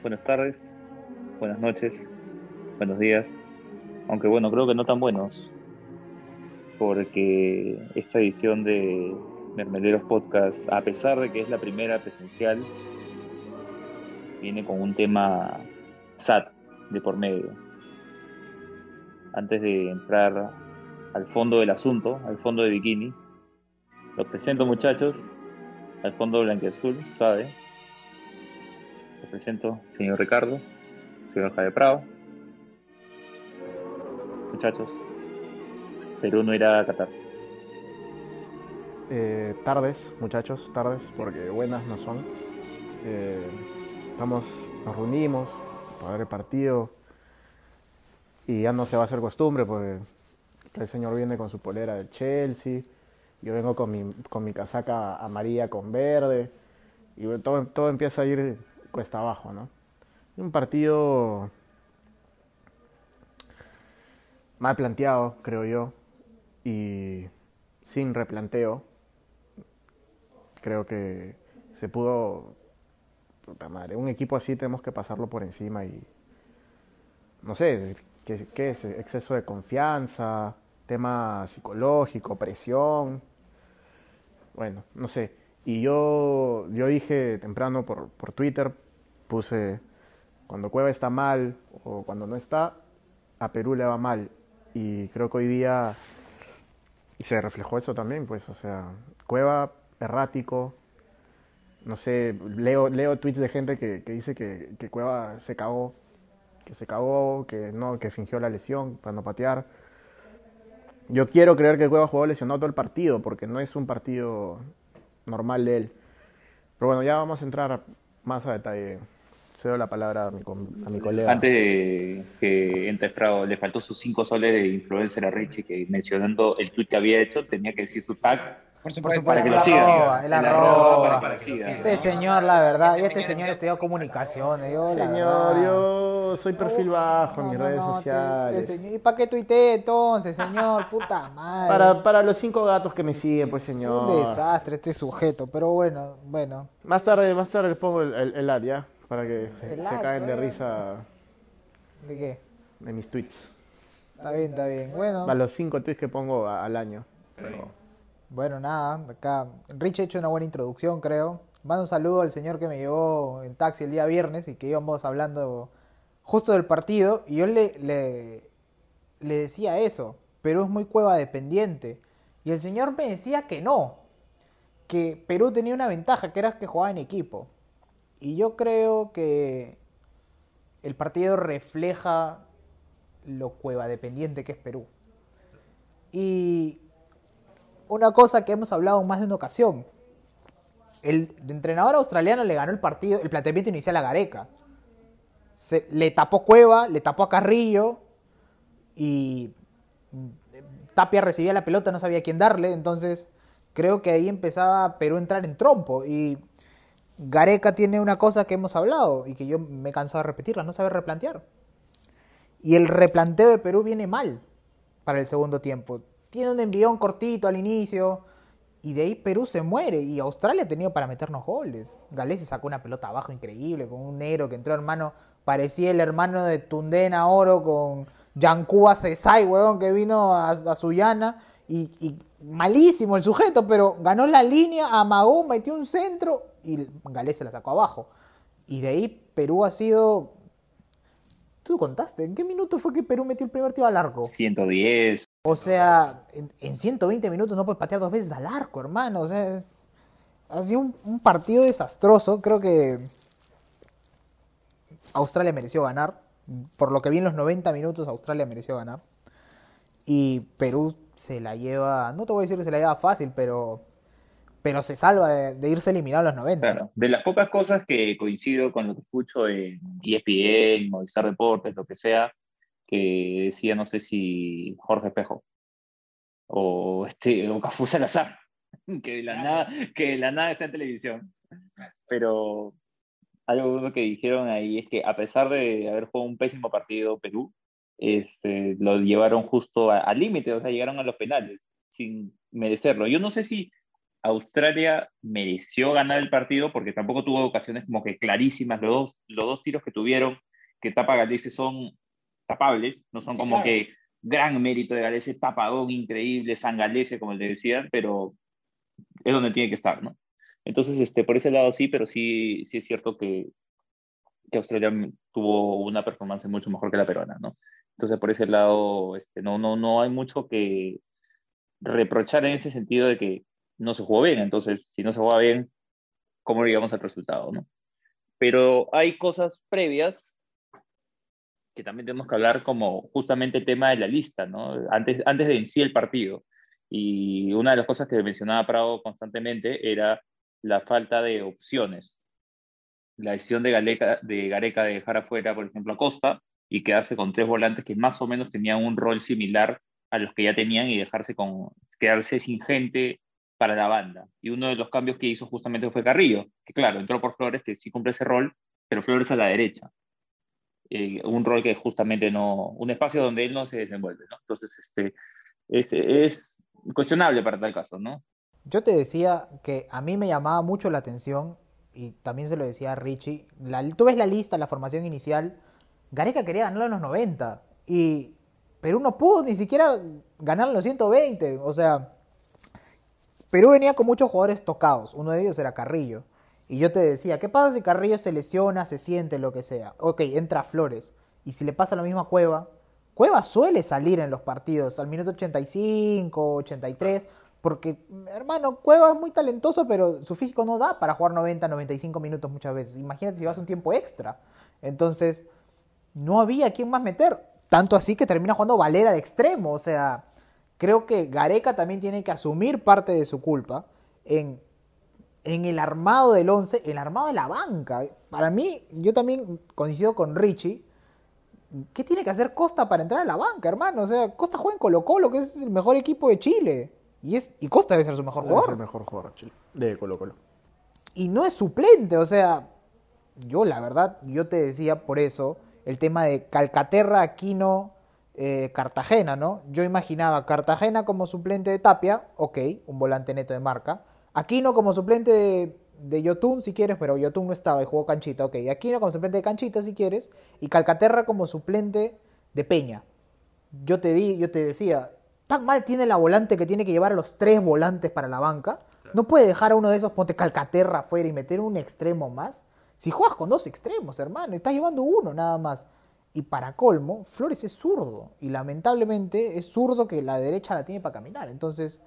Buenas tardes, buenas noches, buenos días. Aunque bueno, creo que no tan buenos, porque esta edición de Mermeleros Podcast, a pesar de que es la primera presencial, viene con un tema sad de por medio. Antes de entrar al fondo del asunto, al fondo de bikini, los presento, muchachos, al fondo blanquiazul, suave. Les presento, señor Ricardo, señor Javier Prado. Muchachos, Perú no irá a Qatar. Tardes, muchachos, tardes, porque buenas no son. Eh, nos reunimos para ver el partido y ya no se va a hacer costumbre porque el señor viene con su polera del Chelsea, yo vengo con mi casaca amarilla con verde y bueno, todo empieza a ir cuesta abajo, ¿no? Un partido mal planteado, creo yo, y sin replanteo. Creo que se pudo, puta madre, un equipo así tenemos que pasarlo por encima y no sé, ¿qué es? Exceso de confianza, tema psicológico, presión, bueno, no sé. Y yo dije temprano por Twitter, puse, cuando Cueva está mal o cuando no está, a Perú le va mal. Y creo que hoy día se reflejó eso también, pues, o sea, Cueva errático, no sé, leo tweets de gente que dice que Cueva se cagó, que no, que fingió la lesión para no patear. Yo quiero creer que Cueva jugó lesionado todo el partido, porque no es un partido normal de él. Pero bueno, ya vamos a entrar más a detalle. Cedo la palabra a mi colega. Antes de que entre Prado, le faltó sus 5 soles de influencer a Richie, que mencionando el tweet que había hecho, tenía que decir su tag Por Por supuesto, para supuesto, que él lo sigan. arroba, él El arroba para arroba. que lo sigan. Este señor, la verdad, y este señor estudió comunicaciones, yo la Señor, verdad. yo soy perfil bajo en No, mis no, redes no, sociales. ¿y para qué tuiteé entonces, señor? Puta madre. Para los 5 gatos que me siguen, pues Un señor. desastre este sujeto, pero bueno. Más tarde les pongo el ad ya, para que El se ad, caen de risa ¿De qué? de mis tweets. Está bien. A los 5 tweets que pongo al año. Pero Bueno, nada, acá Rich ha hecho una buena introducción, creo. Mando un saludo al señor que me llevó en taxi el día viernes y que íbamos hablando justo del partido. Y yo le decía eso, Perú es muy Cueva dependiente. Y el señor me decía que no, que Perú tenía una ventaja, que era que jugaba en equipo. Y yo creo que el partido refleja lo Cueva dependiente que es Perú. Y una cosa que hemos hablado en más de una ocasión. El entrenador australiano le ganó el partido, el planteamiento inicial a Gareca. Le tapó Cueva, le tapó a Carrillo y Tapia recibía la pelota, no sabía quién darle, entonces creo que ahí empezaba Perú a entrar en trompo y Gareca tiene una cosa que hemos hablado y que yo me he cansado de repetirla, no sabe replantear. Y el replanteo de Perú viene mal para el segundo tiempo. Tiene un envión cortito al inicio y de ahí Perú se muere y Australia ha tenido para meternos goles. Galés se sacó una pelota abajo increíble con un negro que entró, hermano, parecía el hermano de Tundena Oro con Yankuba Cesay, huevón, que vino a Sullana y malísimo el sujeto, pero ganó la línea, amagó, metió un centro y Galés se la sacó abajo. Y de ahí Perú ha sido... ¿Tú contaste? ¿En qué minuto fue que Perú metió el primer tiro al arco? 110. O sea, en 120 minutos no puedes patear 2 veces al arco, hermano. O sea, ha sido un partido desastroso. Creo que Australia mereció ganar. Por lo que vi en los 90 minutos, Australia mereció ganar. Y Perú se la lleva, no te voy a decir que se la lleva fácil, pero se salva de irse eliminado a los 90. Claro, de las pocas cosas que coincido con lo que escucho en ESPN, Movistar Deportes, lo que sea, que decía, no sé si Jorge Espejo o Cafú Salazar, que de la nada está en televisión. Pero algo que dijeron ahí es que a pesar de haber jugado un pésimo partido Perú, lo llevaron justo al límite, o sea, llegaron a los penales sin merecerlo. Yo no sé si Australia mereció ganar el partido porque tampoco tuvo ocasiones como que clarísimas. Los dos tiros que tuvieron, que tapa Galese, son tapables, no son Sí, como claro. que gran mérito de Galese, tapadón increíble, San Galese, como le decían, pero es donde tiene que estar, ¿no? Entonces, por ese lado sí, pero sí es cierto que Australia tuvo una performance mucho mejor que la peruana, ¿no? Entonces, por ese lado, no hay mucho que reprochar en ese sentido de que no se jugó bien. Entonces, si no se juega bien, ¿cómo llegamos al resultado, no? Pero hay cosas previas que también tenemos que hablar, como justamente el tema de la lista, ¿no? Antes de en sí el partido. Y una de las cosas que mencionaba Prado constantemente era la falta de opciones. La decisión de Gareca de dejar afuera, por ejemplo, a Costa y quedarse con tres volantes que más o menos tenían un rol similar a los que ya tenían y quedarse sin gente para la banda. Y uno de los cambios que hizo justamente fue Carrillo, que claro, entró por Flores, que sí cumple ese rol, pero Flores a la derecha. Un rol que justamente no, un espacio donde él no se desenvuelve, ¿no? Entonces, es cuestionable para tal caso, ¿no? Yo te decía que a mí me llamaba mucho la atención, y también se lo decía a Richie, tú ves la lista, la formación inicial, Gareca quería ganarlo en los 90 y Perú no pudo ni siquiera ganar en los 120. O sea, Perú venía con muchos jugadores tocados, uno de ellos era Carrillo. Y yo te decía, ¿qué pasa si Carrillo se lesiona, se siente, lo que sea? Ok, entra Flores. Y si le pasa lo mismo a Cueva, Cueva suele salir en los partidos al minuto 85, 83, porque, hermano, Cueva es muy talentoso, pero su físico no da para jugar 90, 95 minutos muchas veces. Imagínate si vas un tiempo extra. Entonces, no había quien más meter. Tanto así que termina jugando Valera de extremo. O sea, creo que Gareca también tiene que asumir parte de su culpa en, en el armado del 11, el armado de la banca. Para mí, yo también coincido con Richie. ¿Qué tiene que hacer Costa para entrar a la banca, hermano? O sea, Costa juega en Colo-Colo, que es el mejor equipo de Chile. Y Costa debe ser su mejor Debe ser el jugador. mejor jugador de Colo Colo. Y no es suplente, o sea, yo la verdad, yo te decía por eso el tema de Calcaterra, Aquino, Cartagena, ¿no? Yo imaginaba Cartagena como suplente de Tapia, ok, un volante neto de marca. Aquino como suplente de Yotun, si quieres, pero Yotun no estaba y jugó Canchita, ok. Aquino como suplente de Canchita, si quieres, y Calcaterra como suplente de Peña. Yo te decía, tan mal tiene la volante que tiene que llevar a los tres volantes para la banca. No puede dejar a uno de esos, ponte Calcaterra afuera y meter un extremo más. Si juegas con dos extremos, hermano, estás llevando uno nada más. Y para colmo, Flores es zurdo. Y lamentablemente es zurdo que la derecha la tiene para caminar. Entonces,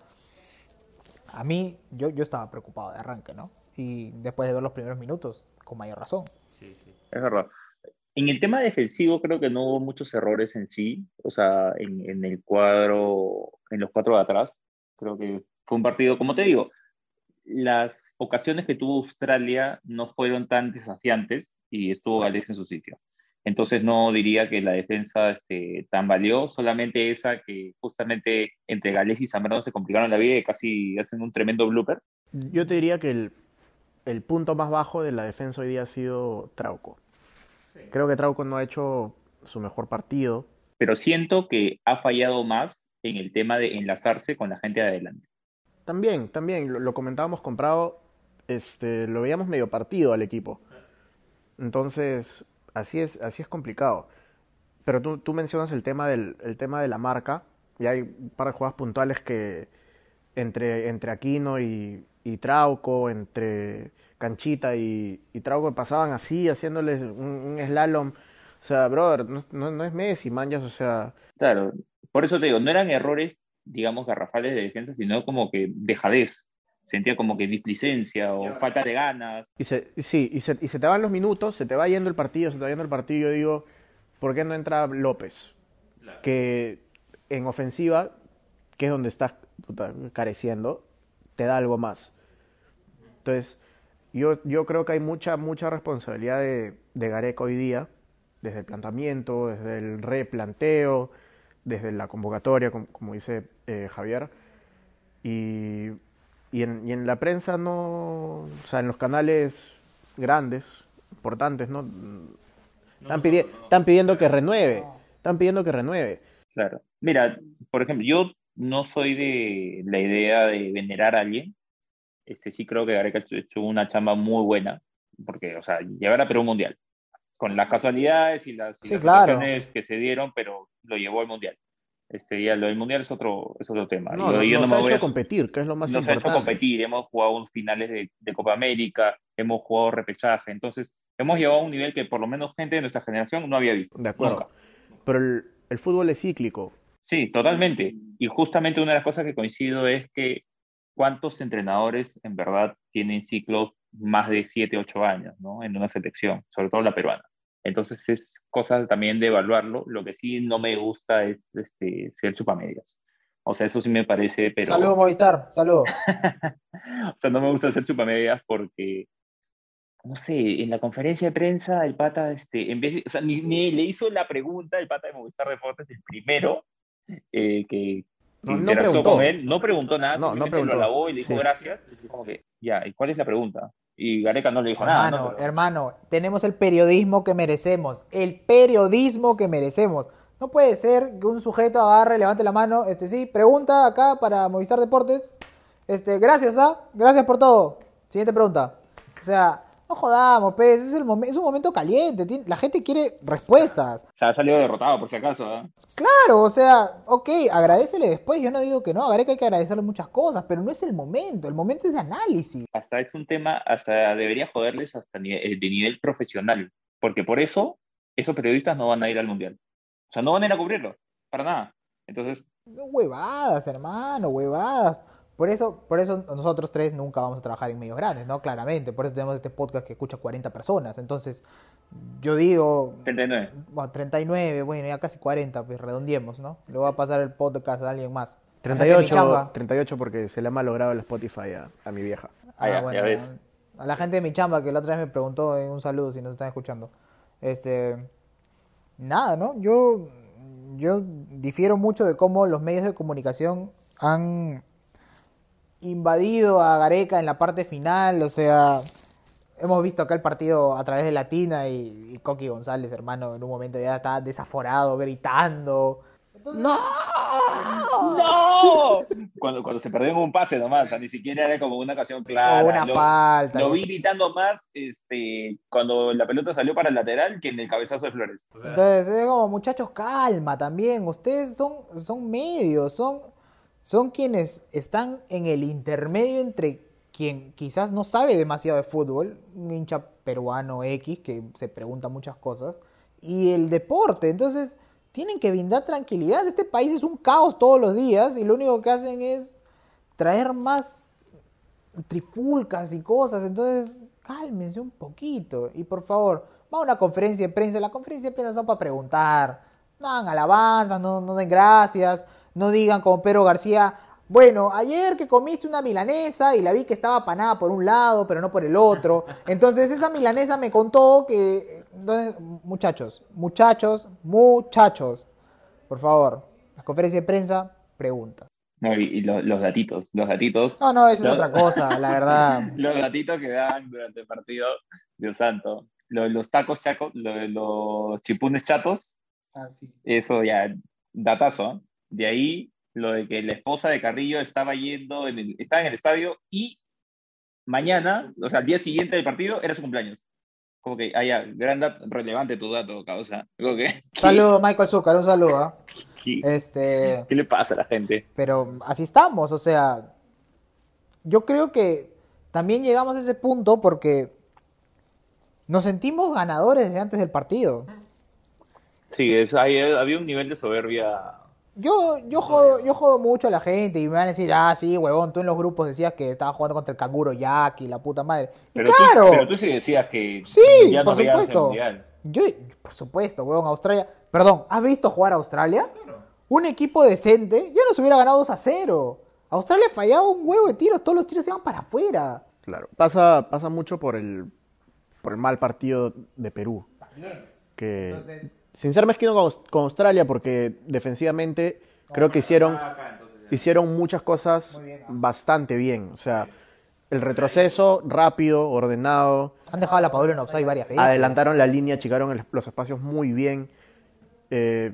a mí, yo estaba preocupado de arranque, ¿no? Y después de ver los primeros minutos, con mayor razón. Es verdad. En el tema defensivo creo que no hubo muchos errores en sí, o sea, en el cuadro, en los cuatro de atrás. Creo que fue un partido, como te digo, las ocasiones que tuvo Australia no fueron tan desafiantes y estuvo Gales en su sitio. Entonces no diría que la defensa tan valió, solamente esa que justamente entre Gales y Zambrano se complicaron la vida y casi hacen un tremendo blooper. Yo te diría que el punto más bajo de la defensa hoy día ha sido Trauco. Creo que Trauco no ha hecho su mejor partido. Pero siento que ha fallado más en el tema de enlazarse con la gente de adelante. También, lo comentábamos con Prado, lo veíamos medio partido al equipo. Entonces, así es complicado. Pero tú mencionas el tema de la marca, y hay un par de jugadas puntuales que entre Aquino y Trauco, entre Canchita y Trauco pasaban así, haciéndoles un slalom. O sea, brother, no es Messi, manjas, o sea, Claro, por eso te digo, no eran errores, digamos, garrafales de defensa, sino como que dejadez. Sentía como que displicencia o falta de ganas. y se te van los minutos, se te va yendo el partido, yo digo, ¿por qué no entra López? Que en ofensiva, que es donde estás puta, careciendo, te da algo más. Entonces, yo creo que hay mucha responsabilidad de Gareca hoy día, desde el planteamiento, desde el replanteo, desde la convocatoria, como dice Javier, y, y en la prensa no, o sea, en los canales grandes, importantes, ¿no? Están pidiendo que renueve, están pidiendo que renueve. Claro. Mira, por ejemplo, yo no soy de la idea de venerar a alguien, Sí creo que Gareca ha hecho una chamba muy buena, porque, o sea, llevar a Perú a un mundial, con las casualidades y Sí, las claro. situaciones que se dieron, pero lo llevó al mundial. Ya lo del mundial es otro tema. No, Yo no nos me ha voy hecho a, competir, que es lo más nos ha hecho importante. competir, hemos jugado finales de Copa América, hemos jugado repechaje, entonces hemos llegado a un nivel que por lo menos gente de nuestra generación no había visto, De acuerdo. nunca. Pero el fútbol es cíclico. Sí, totalmente. Y justamente una de las cosas que coincido es que cuántos entrenadores en verdad tienen ciclos más de 7 8 años, ¿no? En una selección, sobre todo la peruana. Entonces es cosa también de evaluarlo. Lo que sí no me gusta es ser chupamedias. O sea, eso sí me parece, Saludos, pero... Movistar. Saludos. O sea, no me gusta ser chupamedias porque no sé, en la conferencia de prensa, el pata, en vez de, o sea, ni le hizo la pregunta, el pata de Movistar Deportes, el primero que No, no interactuó con preguntó. él, no preguntó nada, No, no simplemente lo preguntó. alabó y le dijo Sí. gracias. Y como que, ya, ¿y cuál es la pregunta? Y Gareca no le dijo nada, ¿no? Hermano, Pero hermano, tenemos el periodismo que merecemos. El periodismo que merecemos. No puede ser que un sujeto agarre, levante la mano, sí, pregunta acá para Movistar Deportes. Gracias, gracias por todo. Siguiente pregunta. O sea, no jodamos, pues, es un momento caliente. La gente quiere respuestas. se ha salido derrotado, por si acaso, ¿ah? Claro, o sea, ok, agradecele después. Yo no digo que no, a Gareca hay que agradecerle muchas cosas, pero no es el momento es de análisis. Hasta es un tema, hasta debería joderles hasta de nivel profesional, porque por eso esos periodistas no van a ir al Mundial. O sea, no van a ir a cubrirlo, para nada. Entonces, No, huevadas, hermano, huevadas. Por eso nosotros tres nunca vamos a trabajar en medios grandes, ¿no? Claramente. Por eso tenemos este podcast que escucha 40 personas. Entonces, yo digo, 39. bueno, 39, bueno, ya casi 40, pues redondiemos, ¿no? Le voy a pasar el podcast a alguien más. La gente de mi 38, chamba. 38 porque se le ha malogrado el Spotify a mi vieja. Ah, ya, Bueno, ya ves. a la gente de mi chamba que la otra vez me preguntó en un saludo si nos están escuchando. Nada, ¿no? Yo difiero mucho de cómo los medios de comunicación han invadido a Gareca en la parte final, o sea, hemos visto acá el partido a través de Latina y Coqui González, hermano, en un momento ya estaba desaforado, gritando. ¡No! ¡No! Cuando se perdió en un pase nomás, o sea, ni siquiera era como una ocasión O clara. una falta. Lo vi gritando más cuando la pelota salió para el lateral que en el cabezazo de Flores. Entonces, es como, muchachos, calma también. Ustedes son medios, son quienes están en el intermedio entre quien quizás no sabe demasiado de fútbol, un hincha peruano X que se pregunta muchas cosas, y el deporte. Entonces, tienen que brindar tranquilidad. Este país es un caos todos los días y lo único que hacen es traer más trifulcas y cosas. Entonces, cálmense un poquito. Y por favor, va a una conferencia de prensa. La conferencia de prensa son para preguntar. No hagan alabanzas, no den gracias. No digan como Pedro García, bueno, ayer que comiste una milanesa y la vi que estaba apanada por un lado, pero no por el otro. Entonces esa milanesa me contó que... Entonces, muchachos, por favor, la conferencia de prensa, pregunta. No, y los gatitos, No, esa es otra cosa, la verdad. los gatitos que dan durante el partido, Dios santo. Los tacos chacos, los chipunes chatos, eso ya, datazo, ¿eh? De ahí, lo de que la esposa de Carrillo estaba estaba en el estadio y mañana, o sea, al día siguiente del partido, era su cumpleaños. Como que, ya, relevante tu dato, causa. Como que, Saludo, Michael Zucker, un saludo. ¿qué, qué le pasa a la gente? Pero así estamos, o sea, yo creo que también llegamos a ese punto porque nos sentimos ganadores desde antes del partido. Sí, había un nivel de soberbia. Yo jodo mucho a la gente y me van a decir, sí, huevón, tú en los grupos decías que estabas jugando contra el canguro Jack y la puta madre. Y claro, pero tú sí decías que sí, ya por no veías el supuesto. mundial. Por supuesto, huevón, Australia. Perdón, ¿has visto jugar a Australia? Un equipo decente, ya nos hubiera ganado 2-0. Australia ha fallado un huevo de tiros, todos los tiros se van para afuera. Claro. Pasa mucho por el mal partido de Perú. Que Entonces, sinceramente me quedo con Australia porque defensivamente creo que hicieron muchas cosas bastante bien. O sea, el retroceso rápido, ordenado. han dejado a la Padula en offside varias veces. Adelantaron la línea, achicaron los espacios muy bien.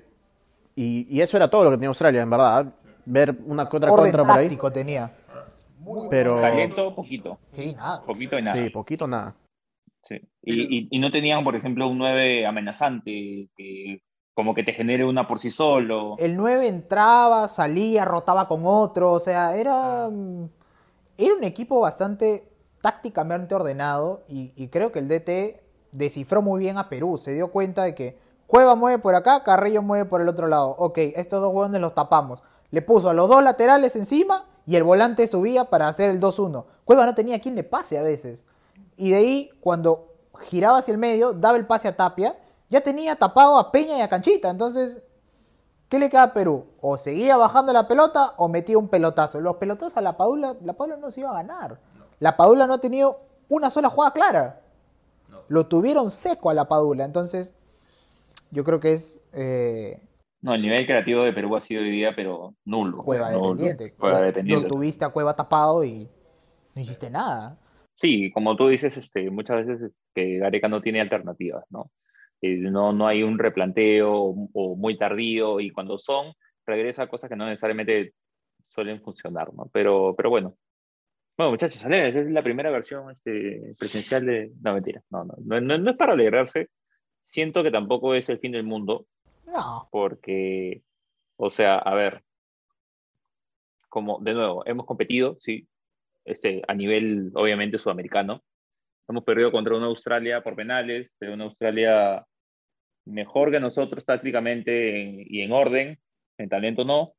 Y eso era todo lo que tenía Australia, en verdad. Ver una que otra Orden contra por ahí. táctico tenía. pero Talento, poquito. Sí, nada. Poquito y nada. sí, poquito nada. Sí. Y no tenían, por ejemplo, un 9 amenazante que como que te genere una por sí solo. El 9 entraba, salía, rotaba con otro, o sea, era un equipo bastante tácticamente ordenado y creo que el DT descifró muy bien a Perú, se dio cuenta de que Cueva mueve por acá, Carrillo mueve por el otro lado, ok, estos dos hueones los tapamos, le puso a los dos laterales encima y el volante subía para hacer el 2-1. Cueva no tenía quien le pase a veces, y de ahí cuando giraba hacia el medio, daba el pase a Tapia, ya tenía tapado a Peña y a Canchita, entonces ¿qué le queda a Perú? O seguía bajando la pelota o metía un pelotazo. Los pelotazos a la Padula no se iba a ganar. La Padula no ha tenido una sola jugada clara. Lo tuvieron seco a la Padula. Entonces, yo creo que es No, el nivel creativo de Perú ha sido hoy día, pero nulo. Cueva Nulo. dependiente. Juega Lo dependiente. tuviste a Cueva tapado y no hiciste nada. Sí, como tú dices, muchas veces que Gareca no tiene alternativas, ¿no? No hay un replanteo o muy tardío y cuando son, regresa a cosas que no necesariamente suelen funcionar, ¿no? Pero bueno. Bueno, muchachos, esa es la primera versión presencial de... No, mentira. No es para alegrarse. Siento que tampoco es el fin del mundo No. porque, o sea, a ver, como de nuevo, hemos competido, sí, a nivel obviamente sudamericano. Hemos perdido contra una Australia por penales, pero una Australia mejor que nosotros tácticamente y en orden, en talento no.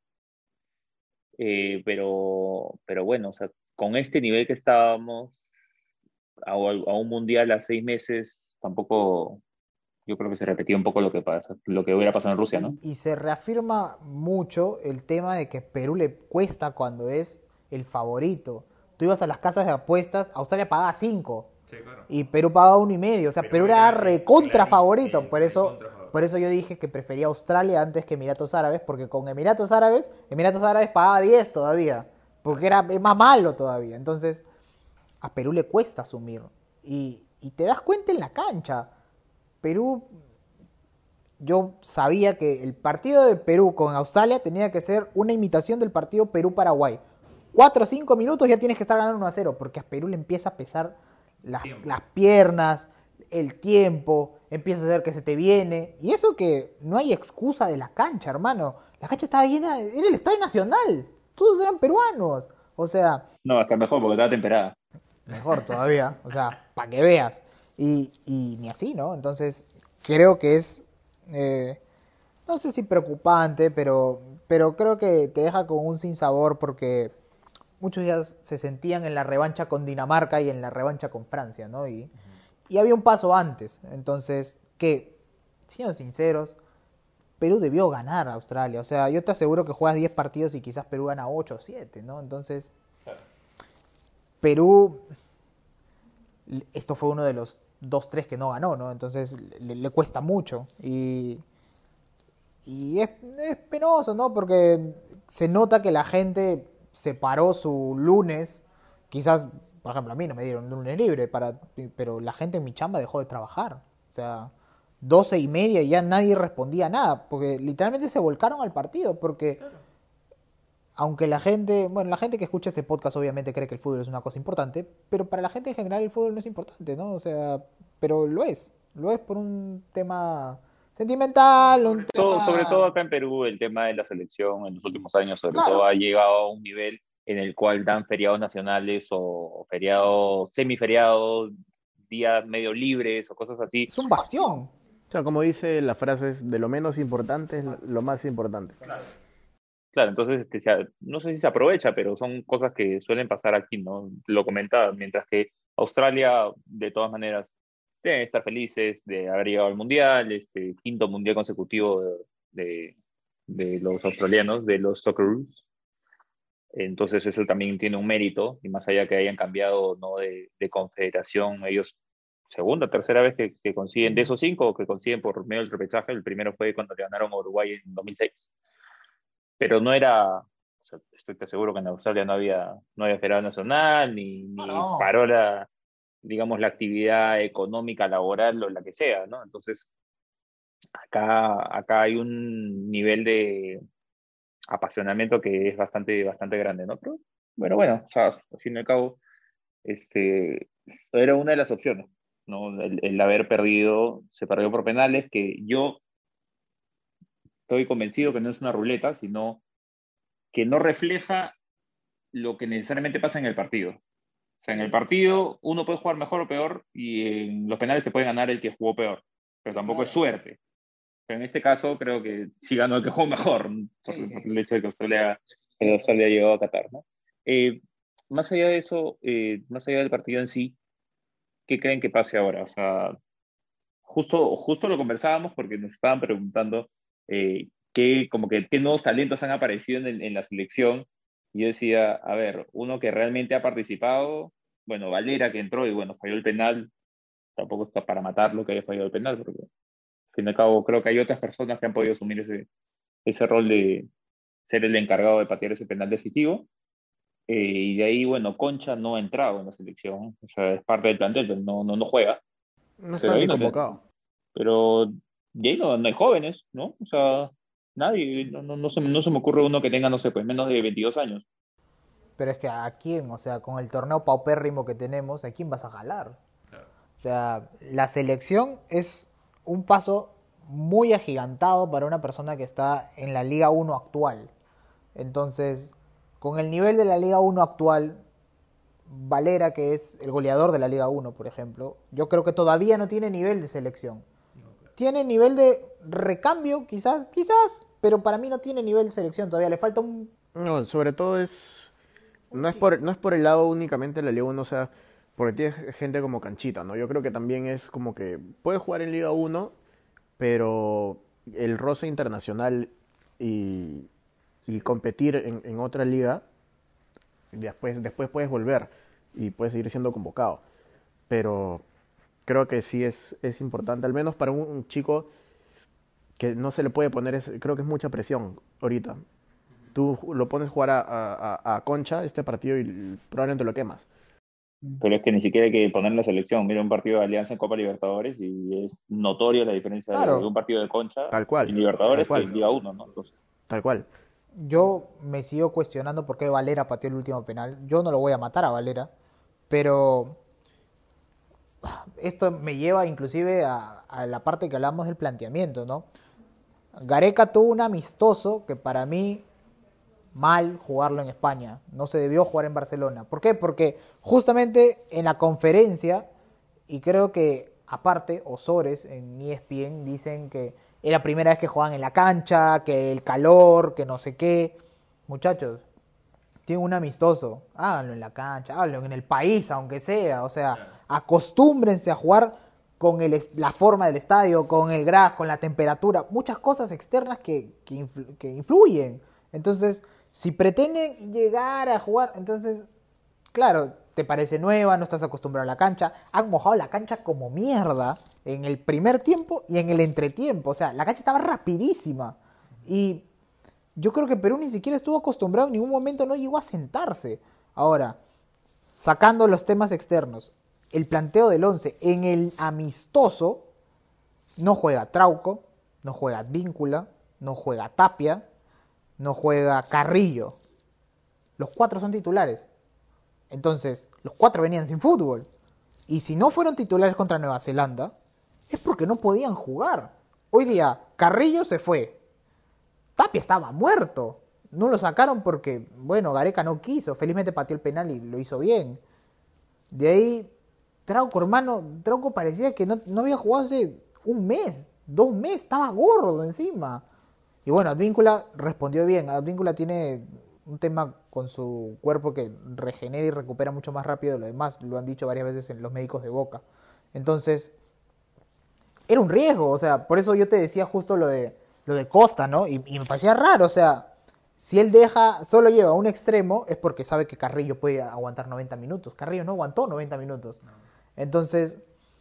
Pero bueno, o sea, con este nivel que estábamos a un mundial a 6 meses, tampoco yo creo que se repetía un poco lo que hubiera pasado en Rusia, ¿no? Y se reafirma mucho el tema de que Perú le cuesta cuando es el favorito. Tú ibas a las casas de apuestas, Australia pagaba 5 Sí, claro. y Perú pagaba uno y medio. O sea, Perú Perú era era recontra favorito. recontra favorito. Por eso yo dije que prefería Australia antes que Emiratos Árabes, porque con Emiratos Árabes pagaba 10 todavía, porque es más malo todavía. Entonces, a Perú le cuesta asumir. Y te das cuenta en la cancha. Perú, yo sabía que el partido de Perú con Australia tenía que ser una imitación del partido Perú-Paraguay. 4 o 5 minutos ya tienes que estar ganando 1-0, porque a Perú le empieza a pesar las piernas, el tiempo, empieza a hacer que se te viene. Y eso que no hay excusa de la cancha, hermano. La cancha estaba llena, era el Estadio Nacional. Todos eran peruanos. O sea, No, hasta mejor porque estaba temperada. mejor todavía, o sea, para que veas. Y ni así, ¿no? Entonces, creo que es, no sé si preocupante, pero creo que te deja con un sinsabor porque muchos ya se sentían en la revancha con Dinamarca y en la revancha con Francia, ¿no? Y había un paso antes, entonces, que, siendo sinceros, Perú debió ganar a Australia. O sea, yo te aseguro que juegas 10 partidos y quizás Perú gana 8 o 7, ¿no? Entonces, Perú, esto fue uno de los 2-3 que no ganó, ¿no? Entonces le cuesta mucho y es penoso, ¿no? Porque se nota que la gente separó su lunes, quizás, por ejemplo, a mí no me dieron lunes libre, pero la gente en mi chamba dejó de trabajar. O sea, 12:30 y ya nadie respondía nada, porque literalmente se volcaron al partido, porque aunque la gente que escucha este podcast obviamente cree que el fútbol es una cosa importante, pero para la gente en general el fútbol no es importante, ¿no? O sea, pero lo es por un tema sentimental, un Sobre todo tema... acá en Perú, el tema de la selección en los últimos años, sobre Claro, todo, ha llegado a un nivel en el cual dan feriados nacionales o feriados, semiferiados, días medio libres o cosas así. es un bastión. O sea, como dice la frase, es de lo menos importante es lo más importante. Claro, entonces no sé si se aprovecha, pero son cosas que suelen pasar aquí, ¿no? Lo comentaba, mientras que Australia, de todas maneras, deben estar felices de haber llegado al Mundial, quinto Mundial consecutivo de, de los australianos, de los Socceroos. Entonces eso también tiene un mérito, y más allá que hayan cambiado, ¿no? de confederación, ellos segunda, tercera vez que consiguen de esos cinco, que consiguen por medio del repechaje. El primero fue cuando le ganaron a Uruguay en 2006, pero no era, o sea, estoy te seguro que en Australia no había feriado nacional, ni No. paró digamos, la actividad económica, laboral o la que sea, ¿no? Entonces, acá hay un nivel de apasionamiento que es bastante, bastante grande, ¿no? Pero bueno, o sea, al fin y al cabo, este, era una de las opciones, ¿no? El haber perdido, se perdió por penales, que yo estoy convencido que no es una ruleta, sino que no refleja lo que necesariamente pasa en el partido. O sea, en el partido uno puede jugar mejor o peor y en los penales te puede ganar el que jugó peor, pero tampoco es suerte. Pero en este caso creo que sí ganó el que jugó mejor, por el hecho de que Australia llegó a Qatar, ¿no? Eh, Más allá de eso, más allá del partido en sí, ¿qué creen que pase ahora? O sea, justo lo conversábamos porque nos estaban preguntando como que, qué nuevos talentos han aparecido en la selección. Y yo decía, a ver, uno que realmente ha participado, bueno, Valera que entró y bueno, falló el penal, tampoco está para matarlo que haya fallado el penal, porque al fin y al cabo creo que hay otras personas que han podido asumir ese rol de ser el encargado de patear ese penal decisivo. Y de ahí, bueno, Concha no ha entrado en la selección, o sea, es parte del plantel, pero no juega. No Pero estaba ahí ni no, convocado. pero de ahí no hay jóvenes, ¿no? O sea, nadie, no se me ocurre uno que tenga, no sé, pues menos de 22 años. Pero es que ¿a quién? O sea, con el torneo paupérrimo que tenemos, ¿a quién vas a jalar? O sea, la selección es un paso muy agigantado para una persona que está en la Liga 1 actual. Entonces, con el nivel de la Liga 1 actual, Valera, que es el goleador de la Liga 1, por ejemplo, yo creo que todavía no tiene nivel de selección. Tiene nivel de recambio, quizás, pero para mí no tiene nivel de selección todavía. Le falta un... No, sobre todo no es por el lado únicamente de la Liga 1, o sea, porque tiene gente como Canchita, ¿no? Yo creo que también es como que puede jugar en Liga 1, pero el roce internacional y, y competir en otra liga, después puedes volver y puedes seguir siendo convocado. Pero creo que sí es importante, al menos para un chico que no se le puede poner, creo que es mucha presión ahorita. Tú lo pones a jugar a Concha este partido y probablemente lo quemas. Pero es que ni siquiera hay que poner en la selección. Mira un partido de Alianza en Copa Libertadores y es notorio la diferencia de un Claro, partido de Concha Tal en cual, tal Libertadores que en cual, Liga 1, ¿no? Entonces, tal cual. yo me sigo cuestionando por qué Valera pateó el último penal. Yo no lo voy a matar a Valera, pero esto me lleva inclusive a la parte que hablamos del planteamiento, ¿no? Gareca tuvo un amistoso que para mí mal jugarlo en España. No se debió jugar en Barcelona. ¿Por qué? Porque justamente en la conferencia, y creo que aparte, Osores en ESPN dicen que era la primera vez que jugaban en la cancha, que el calor, que no sé qué. Muchachos, tienen un amistoso, háganlo en la cancha, háganlo en el país, aunque sea. O sea, acostúmbrense a jugar con la forma del estadio, con el gras, con la temperatura, muchas cosas externas que influyen. Entonces, si pretenden llegar a jugar, entonces, claro, te parece nueva, no estás acostumbrado a la cancha, han mojado la cancha como mierda en el primer tiempo y en el entretiempo. O sea, la cancha estaba rapidísima. Y yo creo que Perú ni siquiera estuvo acostumbrado, en ningún momento no llegó a sentarse. Ahora, sacando los temas externos, el planteo del 11 en el amistoso no juega Trauco, no juega Advíncula, no juega Tapia, no juega Carrillo. Los cuatro son titulares. Entonces, los cuatro venían sin fútbol. Y si no fueron titulares contra Nueva Zelanda, es porque no podían jugar. Hoy día, Carrillo se fue. Tapia estaba muerto. No lo sacaron porque, bueno, Gareca no quiso. Felizmente pateó el penal y lo hizo bien. De ahí, Trauco, hermano, Trauco parecía que no había jugado hace un mes, 2 meses, estaba gordo encima. Y bueno, Advíncula respondió bien. Advíncula tiene un tema con su cuerpo que regenera y recupera mucho más rápido de lo demás. Lo han dicho varias veces en los médicos de Boca. Entonces, era un riesgo. O sea, por eso yo te decía justo lo de Costa, ¿no? Y me parecía raro. O sea, si él solo lleva un extremo, es porque sabe que Carrillo puede aguantar 90 minutos. Carrillo no aguantó 90 minutos. Entonces,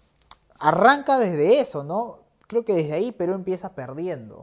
arranca desde eso, ¿no? Creo que desde ahí Perú empieza perdiendo.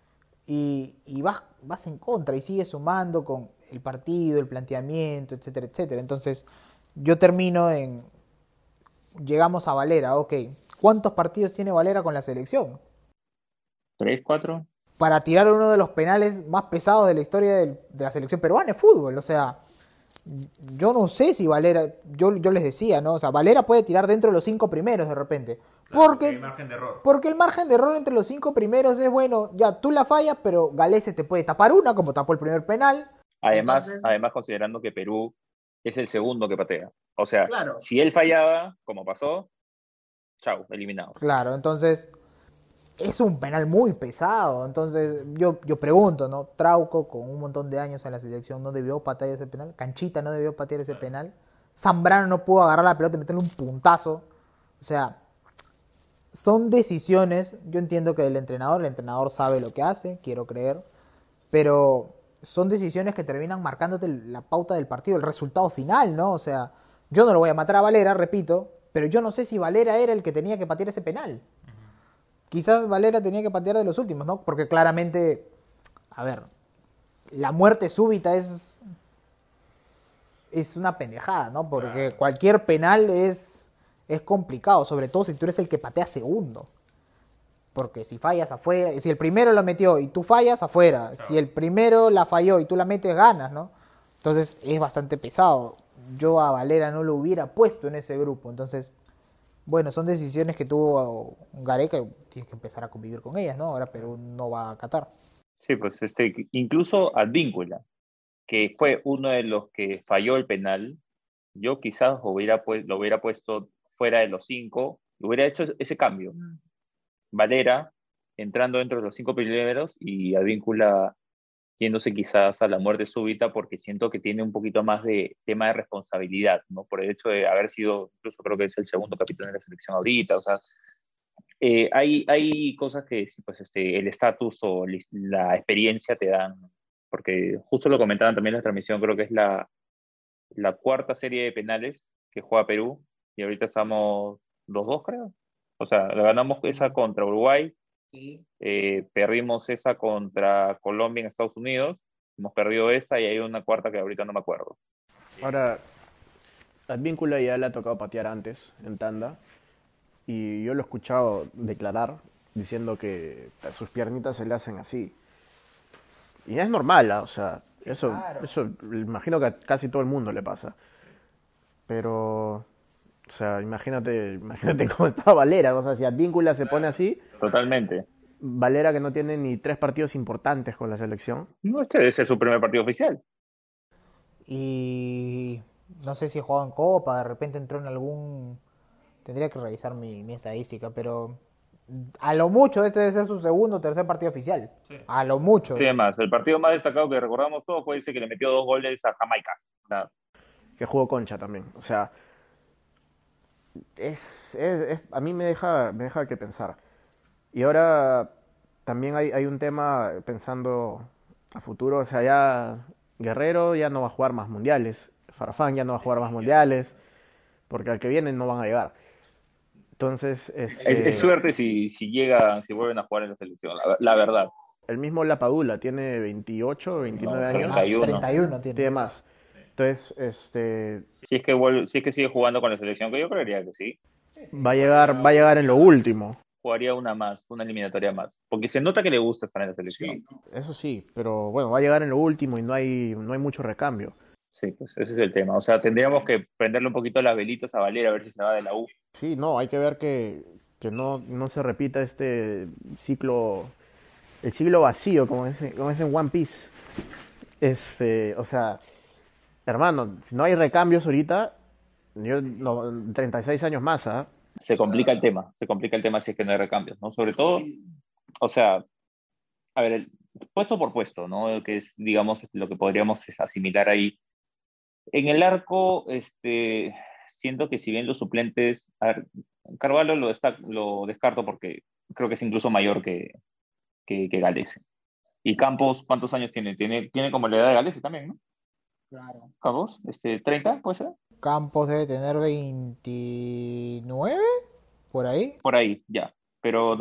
Y vas en contra y sigues sumando con el partido, el planteamiento, etcétera, etcétera. Entonces, yo termino en... Llegamos a Valera, ok. ¿Cuántos partidos tiene Valera con la selección? 3, 4. Para tirar uno de los penales más pesados de la historia de la selección peruana de fútbol. O sea, yo no sé si Valera, yo les decía, ¿no? O sea, Valera puede tirar dentro de los 5 primeros de repente. Claro, Porque, hay margen de error. porque el margen de error entre los 5 primeros es bueno, ya tú la fallas, pero Galese te puede tapar una, como tapó el primer penal. Además, Entonces, además considerando que Perú es el segundo que patea. O sea, claro, si él fallaba, como pasó, chau, eliminado. Claro, entonces es un penal muy pesado. Entonces yo pregunto, ¿no? Trauco, con un montón de años en la selección, no debió patear ese penal. Canchita no debió patear ese penal. Zambrano no pudo agarrar la pelota y meterle un puntazo. O sea, son decisiones. Yo entiendo que el entrenador sabe lo que hace, quiero creer. Pero son decisiones que terminan marcándote la pauta del partido, el resultado final, ¿no? O sea, yo no lo voy a matar a Valera, repito, pero yo no sé si Valera era el que tenía que patear ese penal. Quizás Valera tenía que patear de los últimos, ¿no? Porque claramente, a ver, la muerte súbita es una pendejada, ¿no? Porque cualquier penal es complicado, sobre todo si tú eres el que patea segundo. Porque si fallas afuera, si el primero lo metió y tú fallas afuera, si el primero la falló y tú la metes, ganas, ¿no? Entonces es bastante pesado. Yo a Valera no lo hubiera puesto en ese grupo. Entonces, bueno, son decisiones que tuvo Gareca y tienes que empezar a convivir con ellas, ¿no? Ahora Perú no va a Qatar. Sí, pues incluso Advíncula, que fue uno de los que falló el penal, yo quizás lo hubiera puesto fuera de los 5, hubiera hecho ese cambio. Valera entrando dentro de los 5 primeros y Advíncula yéndose quizás a la muerte súbita porque siento que tiene un poquito más de tema de responsabilidad, ¿no? Por el hecho de haber sido, incluso creo que es el segundo capitán de la selección ahorita, o sea, hay cosas que sí, pues, el estatus o la experiencia te dan, porque justo lo comentaban también en la transmisión, creo que es la cuarta serie de penales que juega Perú y ahorita estamos los dos, creo. O sea, la ganamos esa contra Uruguay, sí. perdimos esa contra Colombia en Estados Unidos, hemos perdido esta y hay una cuarta que ahorita no me acuerdo. Ahora, Advíncula ya le ha tocado patear antes, en tanda, y yo lo he escuchado declarar diciendo que sus piernitas se le hacen así. Y es normal, ¿ah? O sea, eso imagino que a casi todo el mundo le pasa. Pero, o sea, imagínate cómo está Valera. O sea, si Advíncula se pone así, Totalmente. Valera que no tiene ni 3 partidos importantes con la selección. No, este debe ser su primer partido oficial. Y no sé si jugó en Copa, de repente entró en algún... Tendría que revisar mi estadística, pero a lo mucho este debe ser su segundo o tercer partido oficial. Sí. A lo mucho. Sí, además, el partido más destacado que recordamos todos fue ese que le metió 2 goles a Jamaica. O sea, Que jugó Concha también. O sea, a mí me deja que pensar. Y ahora también hay un tema pensando a futuro. O sea, ya Guerrero ya no va a jugar más mundiales. Farfán ya no va a jugar más mundiales. Porque al que viene no van a llegar. Entonces, es suerte si vuelven a jugar en la selección, la verdad. el mismo Lapadula tiene 28, 29 No, años. 31 tiene. Tiene más. Entonces, Si es que sigue jugando con la selección, que yo creería que sí, va a llegar en lo último. jugaría una eliminatoria más. Porque se nota que le gusta estar en la selección. Sí, ¿no? Eso sí, pero bueno, va a llegar en lo último y no hay mucho recambio. Sí, pues ese es el tema. O sea, tendríamos que prenderle un poquito las velitas a Valera a ver si se va de la U. Sí, no, hay que ver que no se repita este ciclo, el siglo vacío, como es en One Piece. O sea, hermano, si no hay recambios ahorita, yo 36 años más, ¿ah? Se complica el tema si es que no hay recambios, ¿no? Sobre todo, o sea, a ver, puesto por puesto, ¿no? Que es, digamos, lo que podríamos asimilar ahí. En el arco, siento que si bien los suplentes, a ver, Carvalho lo descarto porque creo que es incluso mayor que Galese. Y Campos, ¿cuántos años tiene? Tiene como la edad de Galese también, ¿no? Claro. Campos, 30, ¿puede ser? Campos debe tener 29, por ahí. Por ahí, ya. Pero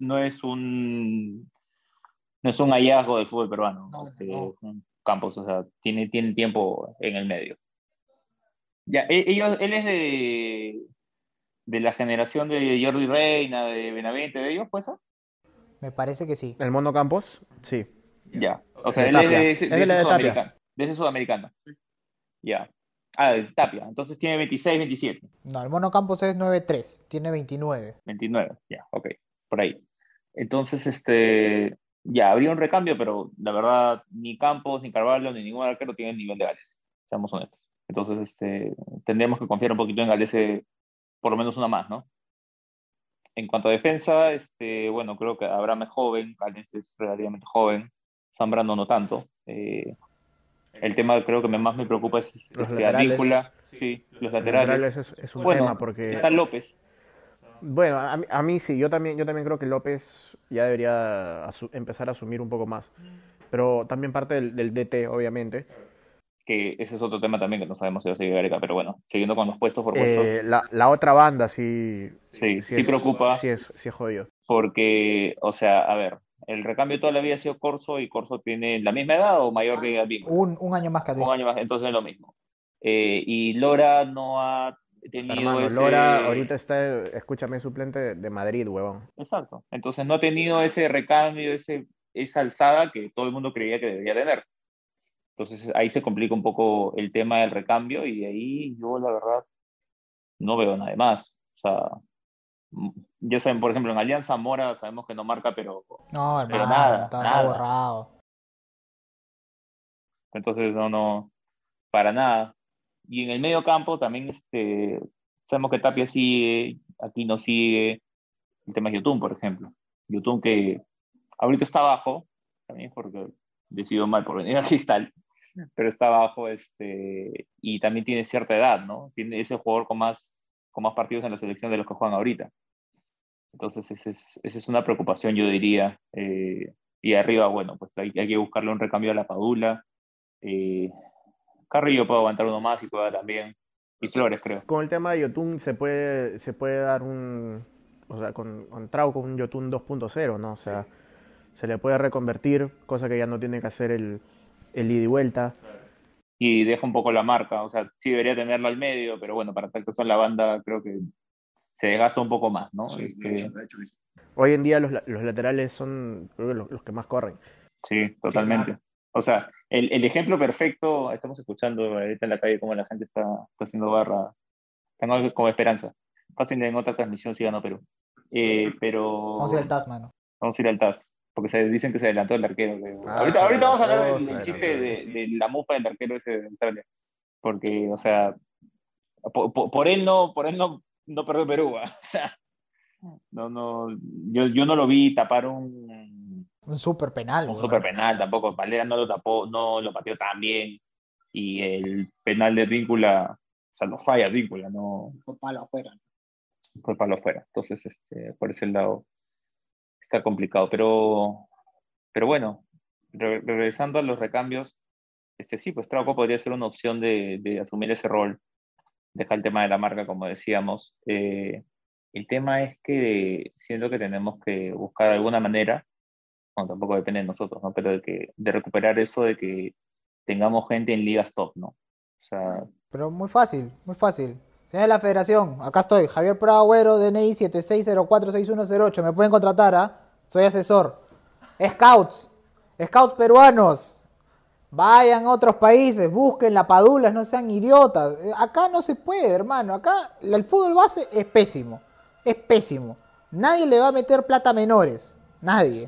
no es un hallazgo del fútbol peruano, No, no. Campos, o sea, tiene tiempo en el medio. Ya, él es de la generación de Jordi Reina, de Benavente, de ellos, ¿pues? Me parece que sí. ¿El Mono Campos? Sí. Ya. O sea, De él Tapia. es Es de la de Tapia. de ese sudamericano. Ya. Tapia. Entonces tiene 26, 27. No, el Mono Campos es 9-3, tiene 29. 29. Ya, ok. Por ahí. Entonces, ya, habría un recambio, pero la verdad, ni Campos, ni Carvalho, ni ningún arquero tienen nivel de Galese. Seamos honestos. Entonces, tendríamos que confiar un poquito en Galese, por lo menos una más, ¿no? En cuanto a defensa, bueno, creo que Abraham es joven, Galese es relativamente joven, Zambrano no tanto. El tema creo que más me preocupa es Los laterales. Advíncula, sí, los Los laterales. laterales es un Bueno, tema porque... está López, Bueno, a mí sí, yo también creo que López ya debería empezar a asumir un poco más. Pero también parte del DT, obviamente. que ese es otro tema también que no sabemos si va a seguir Gareca, pero bueno, siguiendo con los puestos por puestos, La otra banda sí, sí preocupa, sí es jodido. porque, o sea, a ver, el recambio toda la vida ha sido Corso y Corso tiene la misma edad o mayor de Advíncula. Un año más que Un año más, entonces es lo mismo. Y Lora no ha tenido Hermano, ese... Lora ahorita está, escúchame, suplente de Madrid, huevón. Exacto. Entonces no ha tenido ese recambio, esa alzada que todo el mundo creía que debería tener. Entonces ahí se complica un poco el tema del recambio y de ahí yo la verdad no veo nada más. O sea, ya saben, por ejemplo, en Alianza Mora sabemos que no marca, pero No, hermano, nada, está nada. borrado. Entonces no, para nada. Y en el medio campo también sabemos que Tapia sigue, Aquino sigue, el tema es Yotun, por ejemplo. Yotun que ahorita está abajo, también porque decidió mal por venir a Cristal, pero está abajo y también tiene cierta edad, ¿no? Tiene ese jugador con más partidos en la selección de los que juegan ahorita. Entonces esa es una preocupación, yo diría. Y arriba, bueno, pues hay que buscarle un recambio a la Padula. Carrillo puede aguantar uno más y pueda también. Y Flores, creo. Con el tema de Yotun se puede dar o sea, con Trauco un Yotun 2.0, ¿no? O sea, se le puede reconvertir, cosa que ya no tiene que hacer el ida y vuelta. Y deja un poco la marca, o sea, sí debería tenerlo al medio, pero bueno, para tal cosa en la banda creo que se desgasta un poco más, ¿no? Sí, de hecho. Hoy en día los laterales son, creo que los que más corren. Sí, totalmente. O sea, el ejemplo perfecto, estamos escuchando ahorita en la calle cómo la gente está haciendo barra. Tengo como esperanza. Fácil en otra transmisión si ganó Perú. Pero... Vamos a ir al TAS, mano. Vamos a ir al TAS. Porque se dicen que se adelantó el arquero. Ah, ahorita vamos a hablar se del adelantó. chiste de la mufa del arquero ese de Australia. Porque, o sea, por él no perdió Perú. O sea, yo no lo vi tapar un súper penal. un super penal tampoco. Valera no lo tapó, no lo pateó tan bien. Y el penal de Víncula, o sea, no falla Víncula, no Fue palo afuera. fue palo afuera. Entonces, por ese lado está complicado. Pero bueno, regresando a los recambios, sí, pues Trauco podría ser una opción de asumir ese rol, dejar el tema de la marca, como decíamos. El tema es que siento que tenemos que buscar alguna manera, bueno, tampoco depende de nosotros, ¿no? Pero de recuperar eso de que tengamos gente en ligas top, ¿no? O sea, Pero muy fácil, muy fácil. Señor de la Federación, acá estoy, Javier Prado Agüero, DNI 76046108. Me pueden contratar, ¿ah? Soy asesor. Scouts peruanos. Vayan a otros países, busquen la Padula, no sean idiotas. Acá no se puede, hermano. Acá el fútbol base es pésimo. Es pésimo. Nadie le va a meter plata a menores. Nadie.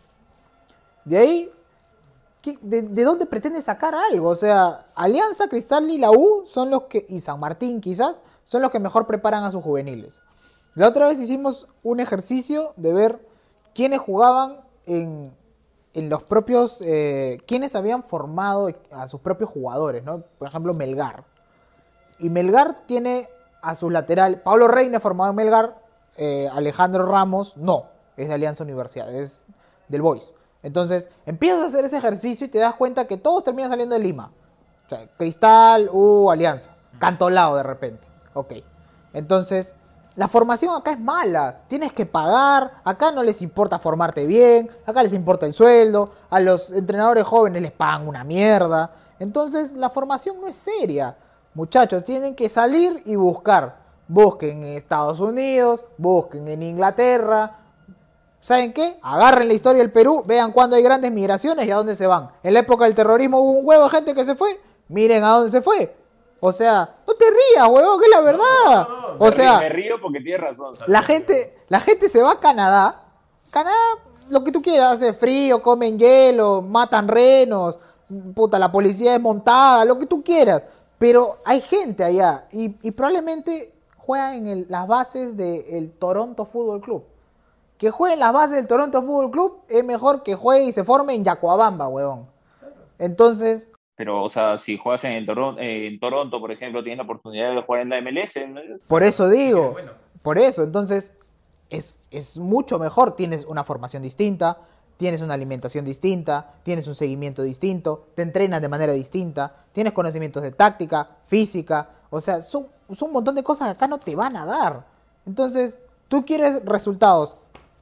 De ahí, ¿de dónde pretende sacar algo? O sea, Alianza, Cristal y la U son los que, y San Martín quizás, son los que mejor preparan a sus juveniles. La otra vez hicimos un ejercicio de ver quiénes jugaban en los propios, quiénes habían formado a sus propios jugadores, ¿no? Por ejemplo, Melgar. Y Melgar tiene a sus laterales, Pablo Reina formado en Melgar, Alejandro Ramos, no, es de Alianza Universidad, es del Boys. Entonces, empiezas a hacer ese ejercicio y te das cuenta que todos terminan saliendo de Lima. O sea, Cristal, Alianza, Cantolao de repente. Ok. Entonces, la formación acá es mala. Tienes que pagar. Acá no les importa formarte bien. Acá les importa el sueldo. A los entrenadores jóvenes les pagan una mierda. Entonces, la formación no es seria. Muchachos, tienen que salir y buscar. Busquen en Estados Unidos, busquen en Inglaterra. ¿Saben qué? Agarren la historia del Perú, vean cuándo hay grandes migraciones y a dónde se van. En la época del terrorismo hubo un huevo de gente que se fue. Miren a dónde se fue. O sea, no te rías, huevón, que es la verdad. O sea, me río porque tienes razón. la gente se va a Canadá. Canadá, lo que tú quieras, hace frío, comen hielo, matan renos, puta, la policía es montada, lo que tú quieras. Pero hay gente allá y probablemente juega en las bases del Toronto Fútbol Club. Que juegue en las bases del Toronto Fútbol Club es mejor que juegue y se forme en Yacuabamba, huevón. Entonces, Pero, o sea, si juegas en Toronto, por ejemplo, tienes la oportunidad de jugar en la MLS, ¿no? por eso digo, Bueno. por eso, entonces es mucho mejor. Tienes una formación distinta, tienes una alimentación distinta, tienes un seguimiento distinto, te entrenas de manera distinta, tienes conocimientos de táctica, física, o sea, son un montón de cosas que acá no te van a dar. Entonces, tú quieres resultados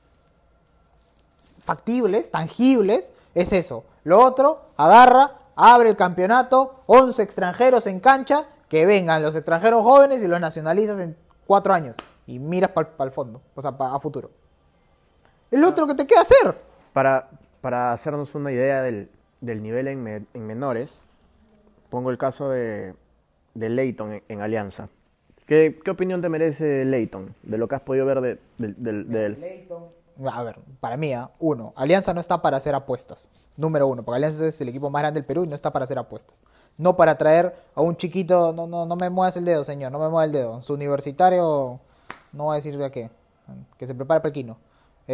factibles, tangibles, es eso. Lo otro, agarra, abre el campeonato, 11 extranjeros en cancha, que vengan los extranjeros jóvenes y los nacionalizas en 4 años. Y miras para el fondo, o sea, a futuro. Es lo otro que te queda hacer. Para hacernos una idea del nivel en menores, pongo el caso de Leighton en Alianza. ¿Qué opinión te merece Leighton de lo que has podido ver de él? A ver, para mí, uno, Alianza no está para hacer apuestas. Número uno, porque Alianza es el equipo más grande del Perú y no está para hacer apuestas. No para traer a un chiquito, no me muevas el dedo, señor, no me muevas el dedo. Su universitario, no voy a decir a qué, que se prepare para el quino.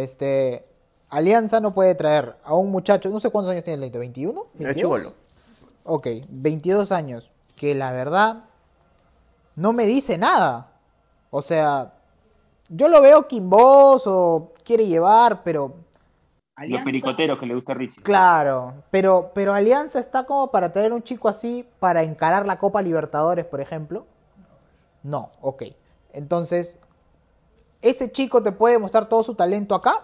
Alianza no puede traer a un muchacho, no sé cuántos años tiene el Leito, ¿21? El chibolo. Ok, 22 años, que la verdad no me dice nada. O sea, yo lo veo quimboso, quiere llevar, pero Los pericoteros que le gusta a Richie. claro, pero Alianza está como para tener un chico así para encarar la Copa Libertadores, por ejemplo. No, ok. Entonces, ¿ese chico te puede mostrar todo su talento acá?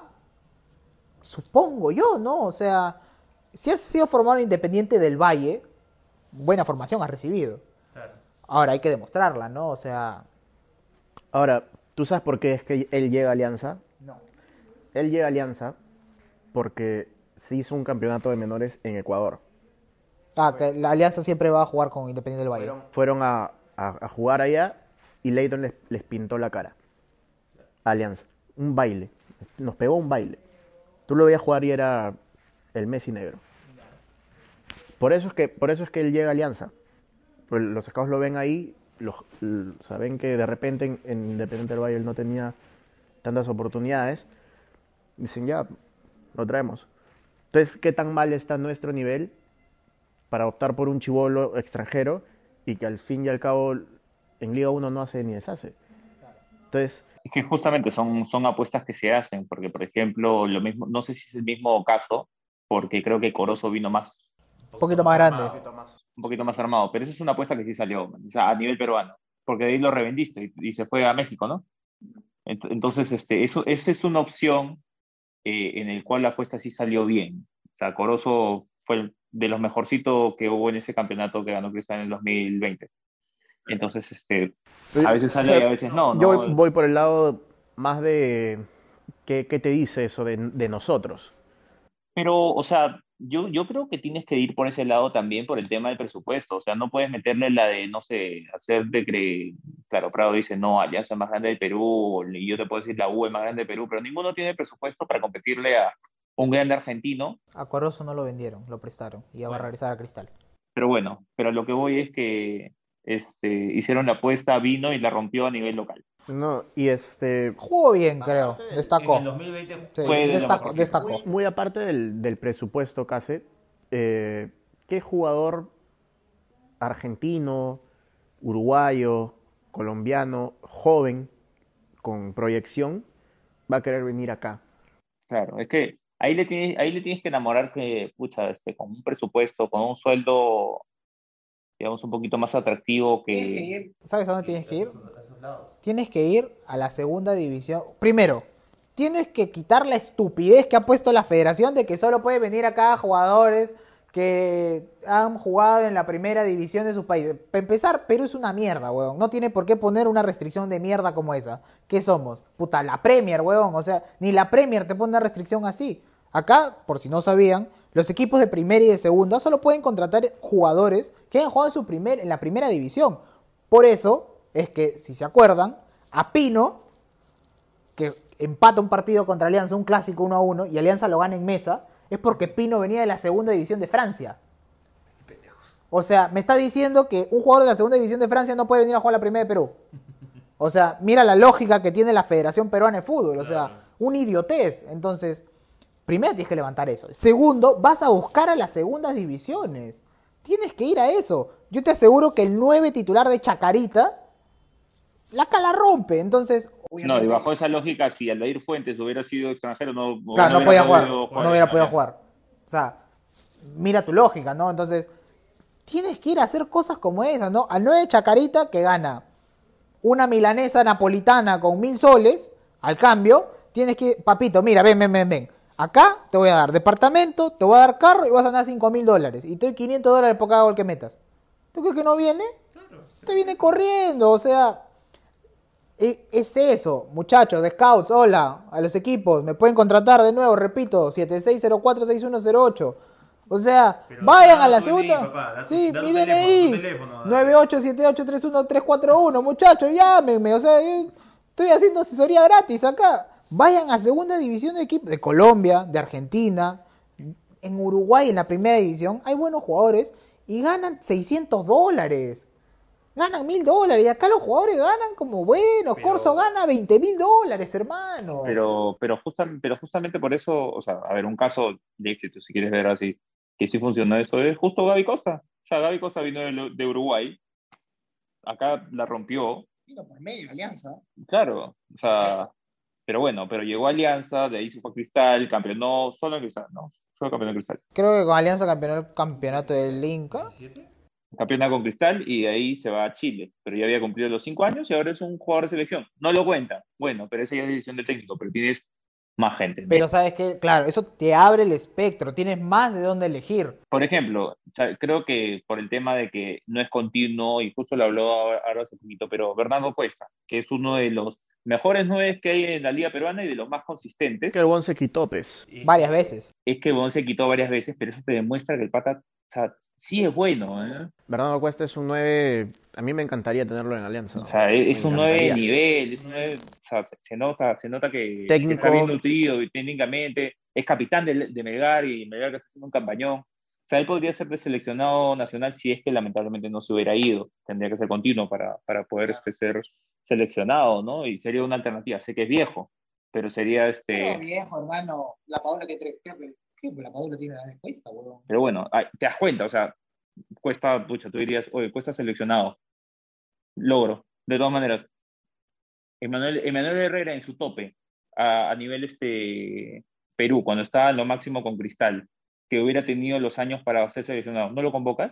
Supongo yo, ¿no? O sea, si has sido formado en Independiente del Valle, buena formación has recibido. Claro. Ahora hay que demostrarla, ¿no? O sea, Ahora, ¿tú sabes por qué es que él llega a Alianza? no. Él llega a Alianza porque se hizo un campeonato de menores en Ecuador. Que la Alianza siempre va a jugar con Independiente del Valle. Fueron a jugar allá y Leighton les pintó la cara. A Alianza. Un baile. Nos pegó un baile. Tú lo veías jugar y era el Messi negro. Por eso es que él llega a Alianza. Pues los scouts lo ven ahí, saben que de repente en Independiente del Valle él no tenía tantas oportunidades. Dicen, ya, lo traemos. Entonces, ¿qué tan mal está nuestro nivel para optar por un chibolo extranjero y que al fin y al cabo en Liga 1 no hace ni deshace? Entonces, Es que justamente son apuestas que se hacen, porque por ejemplo, lo mismo, no sé si es el mismo caso, porque creo que Corozo vino Un poquito más grande. un poquito más armado, pero esa es una apuesta que sí salió, o sea, a nivel peruano, porque de ahí lo revendiste y se fue a México, ¿no? Entonces, esa es una opción en el cual la apuesta sí salió bien. O sea, Corozo fue de los mejorcitos que hubo en ese campeonato que ganó Cristal en el 2020. Entonces, a veces sale y a veces no. yo ¿no? voy por el lado más de qué te dice eso de nosotros. Pero, o sea, yo creo que tienes que ir por ese lado también por el tema del presupuesto. O sea, no puedes meterle la de, no sé, hacer de que, claro, Prado dice, no, Alianza es más grande del Perú, y yo te puedo decir la U es más grande del Perú, pero ninguno tiene presupuesto para competirle a un grande argentino. A Corozo no lo vendieron, lo prestaron y va a Bueno, regresar a Cristal. pero bueno, pero lo que voy es que hicieron la apuesta, vino y la rompió a nivel local. No, y Jugó bien, creo. Destacó. En el 2020 Sí, fue de lo destacó, mejorcito. destacó. muy aparte del presupuesto, Case, ¿qué jugador argentino, uruguayo, colombiano, joven, con proyección, va a querer venir acá? Claro, es que ahí le tienes que enamorar que, pucha, con un presupuesto, con un sueldo, digamos, un poquito más atractivo que... ¿Sabes a dónde tienes que ir? a esos lados. Tienes que ir a la segunda división. Primero, tienes que quitar la estupidez que ha puesto la federación de que solo puede venir acá jugadores que han jugado en la primera división de sus países. Para empezar, Perú es una mierda, huevón. No tiene por qué poner una restricción de mierda como esa. ¿Qué somos? Puta, la Premier, huevón. O sea, ni la Premier te pone una restricción así. Acá, por si no sabían, los equipos de primera y de segunda solo pueden contratar jugadores que hayan jugado en la primera división. Por eso es que, si se acuerdan, a Pino, que empata un partido contra Alianza, un clásico 1-1, y Alianza lo gana en Mesa, es porque Pino venía de la segunda división de Francia. O sea, me está diciendo que un jugador de la segunda división de Francia no puede venir a jugar a la primera de Perú. O sea, mira la lógica que tiene la Federación Peruana de Fútbol. O sea, un idiotez. Entonces, primero tienes que levantar eso. Segundo, vas a buscar a las segundas divisiones. Tienes que ir a eso. Yo te aseguro que el 9 titular de Chacarita la rompe. Entonces, No, y bajo esa lógica, si Aldair Fuentes hubiera sido extranjero, claro, no podía jugar. podido No hubiera podido jugar. O sea, mira tu lógica, ¿no? Entonces, tienes que ir a hacer cosas como esas, ¿no? Al 9 de Chacarita, que gana una milanesa napolitana con 1.000 soles, al cambio, tienes que, papito, mira, ven. Acá te voy a dar departamento, te voy a dar carro y vas a ganar $5.000. Y te doy $500 por cada gol que metas. ¿Tú crees que no viene? Claro. Te viene corriendo, o sea, es eso. Muchachos de Scouts, hola, a los equipos, me pueden contratar de nuevo, repito, 7604-6108. O sea, pero vayan a la segunda. Sí, mi DNI. 987831-341. Muchachos, llámenme. O sea, yo estoy haciendo asesoría gratis acá. Vayan a segunda división de equipos de Colombia, de Argentina, en Uruguay, en la primera división. Hay buenos jugadores y ganan $600. Ganan $1.000. Y acá los jugadores ganan como buenos. Corso gana $20.000, hermano. Pero justamente por eso, o sea, a ver, un caso de éxito, si quieres ver así, que sí funcionó eso, es justo Gaby Costa. O sea, Gaby Costa vino de Uruguay, acá la rompió. Vino por medio, Alianza. Claro, o sea, pero llegó a Alianza, de ahí se fue a Cristal, campeonó solo en Cristal, ¿no? Solo campeonó en Cristal. Creo que con Alianza campeonó el campeonato del Inca. Campeona con Cristal y de ahí se va a Chile, pero ya había cumplido los 5 años y ahora es un jugador de selección. No lo cuenta, bueno, pero esa ya es decisión del técnico, pero tienes más gente, ¿no? Pero sabes que, claro, eso te abre el espectro, tienes más de dónde elegir. Por ejemplo, o sea, creo que por el tema de que no es continuo, y justo lo habló ahora hace poquito, pero Bernardo Cuesta, que es uno de los mejores 9 que hay en la Liga Peruana y de los más consistentes. Que el Bon se quitó, pues. Varias veces. Es que Bon se quitó varias veces, pero eso te demuestra que el pata, o sea, sí es bueno, ¿eh? Bernardo Cuesta es un 9, a mí me encantaría tenerlo en Alianza. O sea, es un 9 de nivel, es un 9, o sea, se nota que está bien nutrido técnicamente, es capitán de Melgar y Melgar que está haciendo un campañón. O sea, él podría ser de seleccionado nacional si es que lamentablemente no se hubiera ido. Tendría que ser continuo para poder ser seleccionado, ¿no? Y sería una alternativa. Sé que es viejo, pero sería Pero viejo, hermano. La Padula ¿qué? La Padula tiene la respuesta, huevón. Pero bueno, te das cuenta, o sea, Cuesta, pucha, tú dirías, oye, Cuesta seleccionado. Logro. De todas maneras, Emanuel Herrera en su tope a nivel Perú, cuando estaba en lo máximo con Cristal, que hubiera tenido los años para ser seleccionado, ¿no lo convocas?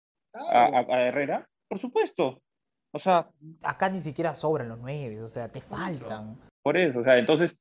A Herrera, por supuesto. O sea, acá ni siquiera sobran los 9, o sea, te faltan. Por eso, o sea, entonces,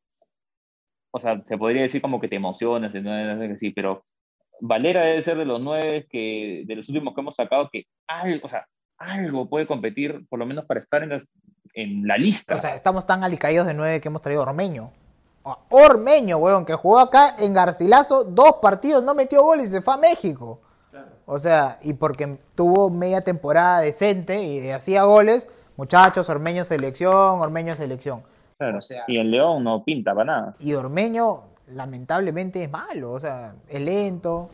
o sea, se podría decir como que te emocionas, no sé qué sí, pero Valera debe ser de los 9 de los últimos que hemos sacado que algo puede competir, por lo menos para estar en la lista. O sea, estamos tan alicaídos de 9 que hemos traído a Ormeño. Ormeño, weón, que jugó acá en Garcilaso 2 partidos, no metió gol y se fue a México. Claro. O sea, y porque tuvo media temporada decente y hacía goles, muchachos, Ormeño selección. Claro. O sea, y el León no pinta para nada. Y Ormeño, lamentablemente, es malo. O sea, es lento,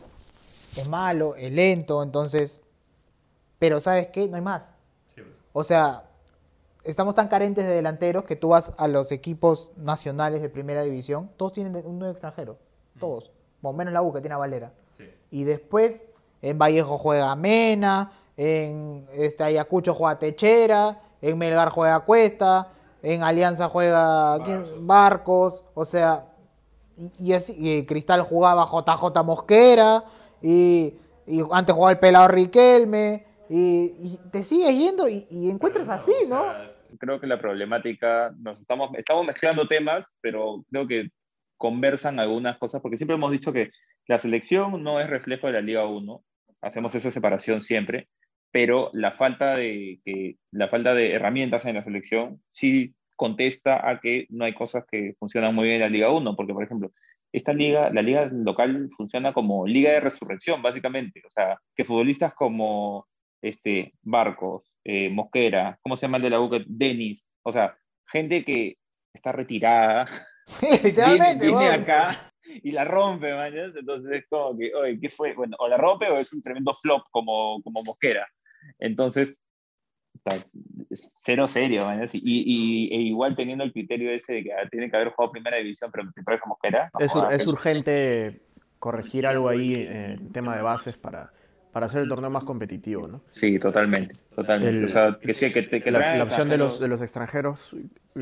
entonces... Pero ¿sabes qué? No hay más. Sí. O sea, estamos tan carentes de delanteros que tú vas a los equipos nacionales de primera división, todos tienen un nuevo extranjero. Todos. Bueno, menos la U que tiene a Valera. Sí. Y después, en Vallejo juega Mena, en Ayacucho juega Techera, en Melgar juega Cuesta, en Alianza juega Barcos. O sea, y así, y Cristal jugaba JJ Mosquera, y antes jugaba el pelado Riquelme. Y te sigues yendo y encuentras así, ¿no? O sea, creo que la problemática, estamos mezclando temas, pero creo que conversan algunas cosas, porque siempre hemos dicho que la selección no es reflejo de la Liga 1, hacemos esa separación siempre, pero la falta de herramientas en la selección sí contesta a que no hay cosas que funcionan muy bien en la Liga 1, porque por ejemplo, la liga local funciona como liga de resurrección, básicamente, o sea, que futbolistas como Barcos, Mosquera, ¿cómo se llama el de la U? Denis, o sea, gente que está retirada, Literalmente, viene weón. acá y la rompe, mañas. Entonces es como que, oye, ¿qué fue? Bueno, o la rompe o es un tremendo flop como Mosquera. Entonces, está, cero serio, mañas. E igual teniendo el criterio ese de que tiene que haber jugado primera división, pero te traes a Mosquera, no jodas, Es urgente corregir algo ahí en tema de bases para hacer el torneo más competitivo, ¿no? sí, totalmente, totalmente. O El, sea, que sí, que traen la opción extranjeros, de los extranjeros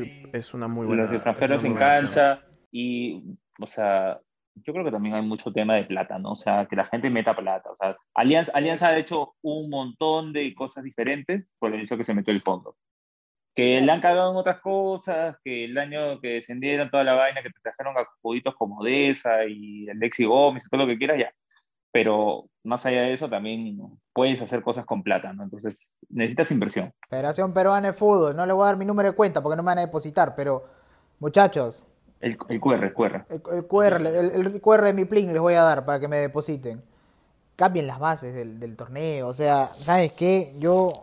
los es una extranjeros muy en buena opción. cancha y, o sea, yo creo que también hay mucho tema de plata, ¿no? O sea, que la gente meta plata. O sea, Alianza ha hecho un montón de cosas diferentes por el hecho que se metió el fondo. Que le han cagado en otras cosas, que el año que descendieron toda la vaina, que te trajeron a juguitos como Deza y Alexi Gómez y todo lo que quieras, ya. Pero más allá de eso, también puedes hacer cosas con plata, ¿no? Entonces, necesitas inversión. Federación Peruana de Fútbol. No le voy a dar mi número de cuenta porque no me van a depositar, pero muchachos, El QR. el QR, el QR de mi Plin les voy a dar para que me depositen. Cambien las bases del torneo. O sea, ¿sabes qué?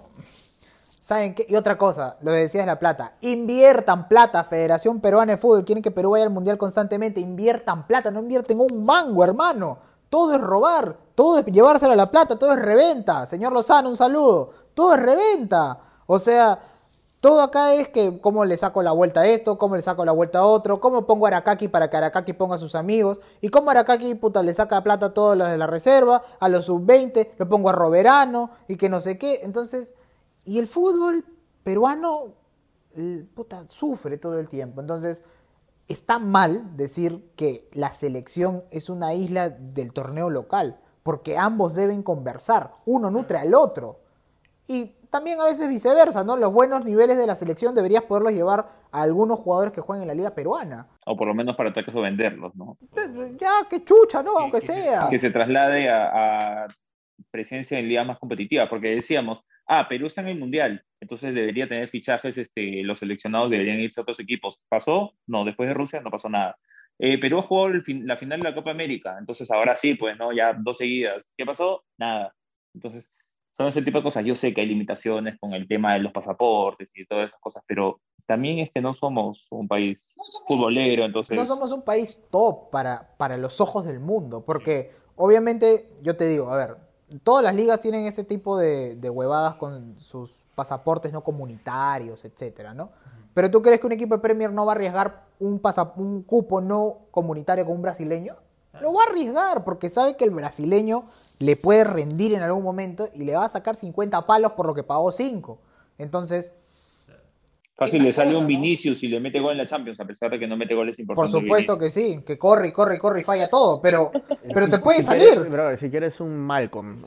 ¿Saben qué? Y otra cosa, lo que decía es la plata. Inviertan plata, Federación Peruana de Fútbol. Quieren que Perú vaya al Mundial constantemente. Inviertan plata, no invierten un mango, hermano. Todo es robar, todo es llevársela a la plata, todo es reventa. Señor Lozano, un saludo. Todo es reventa. O sea, todo acá es que cómo le saco la vuelta a esto, cómo le saco la vuelta a otro, cómo pongo a Arakaki para que Arakaki ponga a sus amigos, y cómo Arakaki puta, le saca plata a todos los de la reserva, a los sub-20, lo pongo a Roberano, y que no sé qué. Entonces, y el fútbol peruano, puta, sufre todo el tiempo. Entonces, está mal decir que la selección es una isla del torneo local, porque ambos deben conversar, uno nutre al otro. Y también a veces viceversa, ¿no? Los buenos niveles de la selección deberías poderlos llevar a algunos jugadores que juegan en la liga peruana. O por lo menos para tal caso venderlos, ¿no? Ya, que chucha, ¿no? Aunque sea. Que se traslade a presencia en ligas más competitivas, porque decíamos, Perú está en el Mundial, entonces debería tener fichajes, los seleccionados deberían irse a otros equipos. ¿Pasó? No, después de Rusia no pasó nada. Perú jugó la final de la Copa América, entonces ahora sí, pues, ¿no? Ya dos seguidas. ¿Qué pasó? Nada. Entonces, son ese tipo de cosas. Yo sé que hay limitaciones con el tema de los pasaportes y todas esas cosas, pero también no somos un país futbolero, No entonces, somos un país top para los ojos del mundo, porque obviamente, yo te digo, a ver, todas las ligas tienen este tipo de huevadas con sus pasaportes no comunitarios, etcétera, ¿no? Pero ¿tú crees que un equipo de Premier no va a arriesgar un cupo no comunitario con un brasileño? Lo va a arriesgar porque sabe que el brasileño le puede rendir en algún momento y le va a sacar 50 palos por lo que pagó 5. Entonces, fácil le sale un Vinicius y le mete gol en la Champions, a pesar de que no mete goles por importantes supuesto Vinicius. que sí, que corre y corre y corre y falla todo, pero te puede Si quieres, salir. brother, si quieres un Malcolm,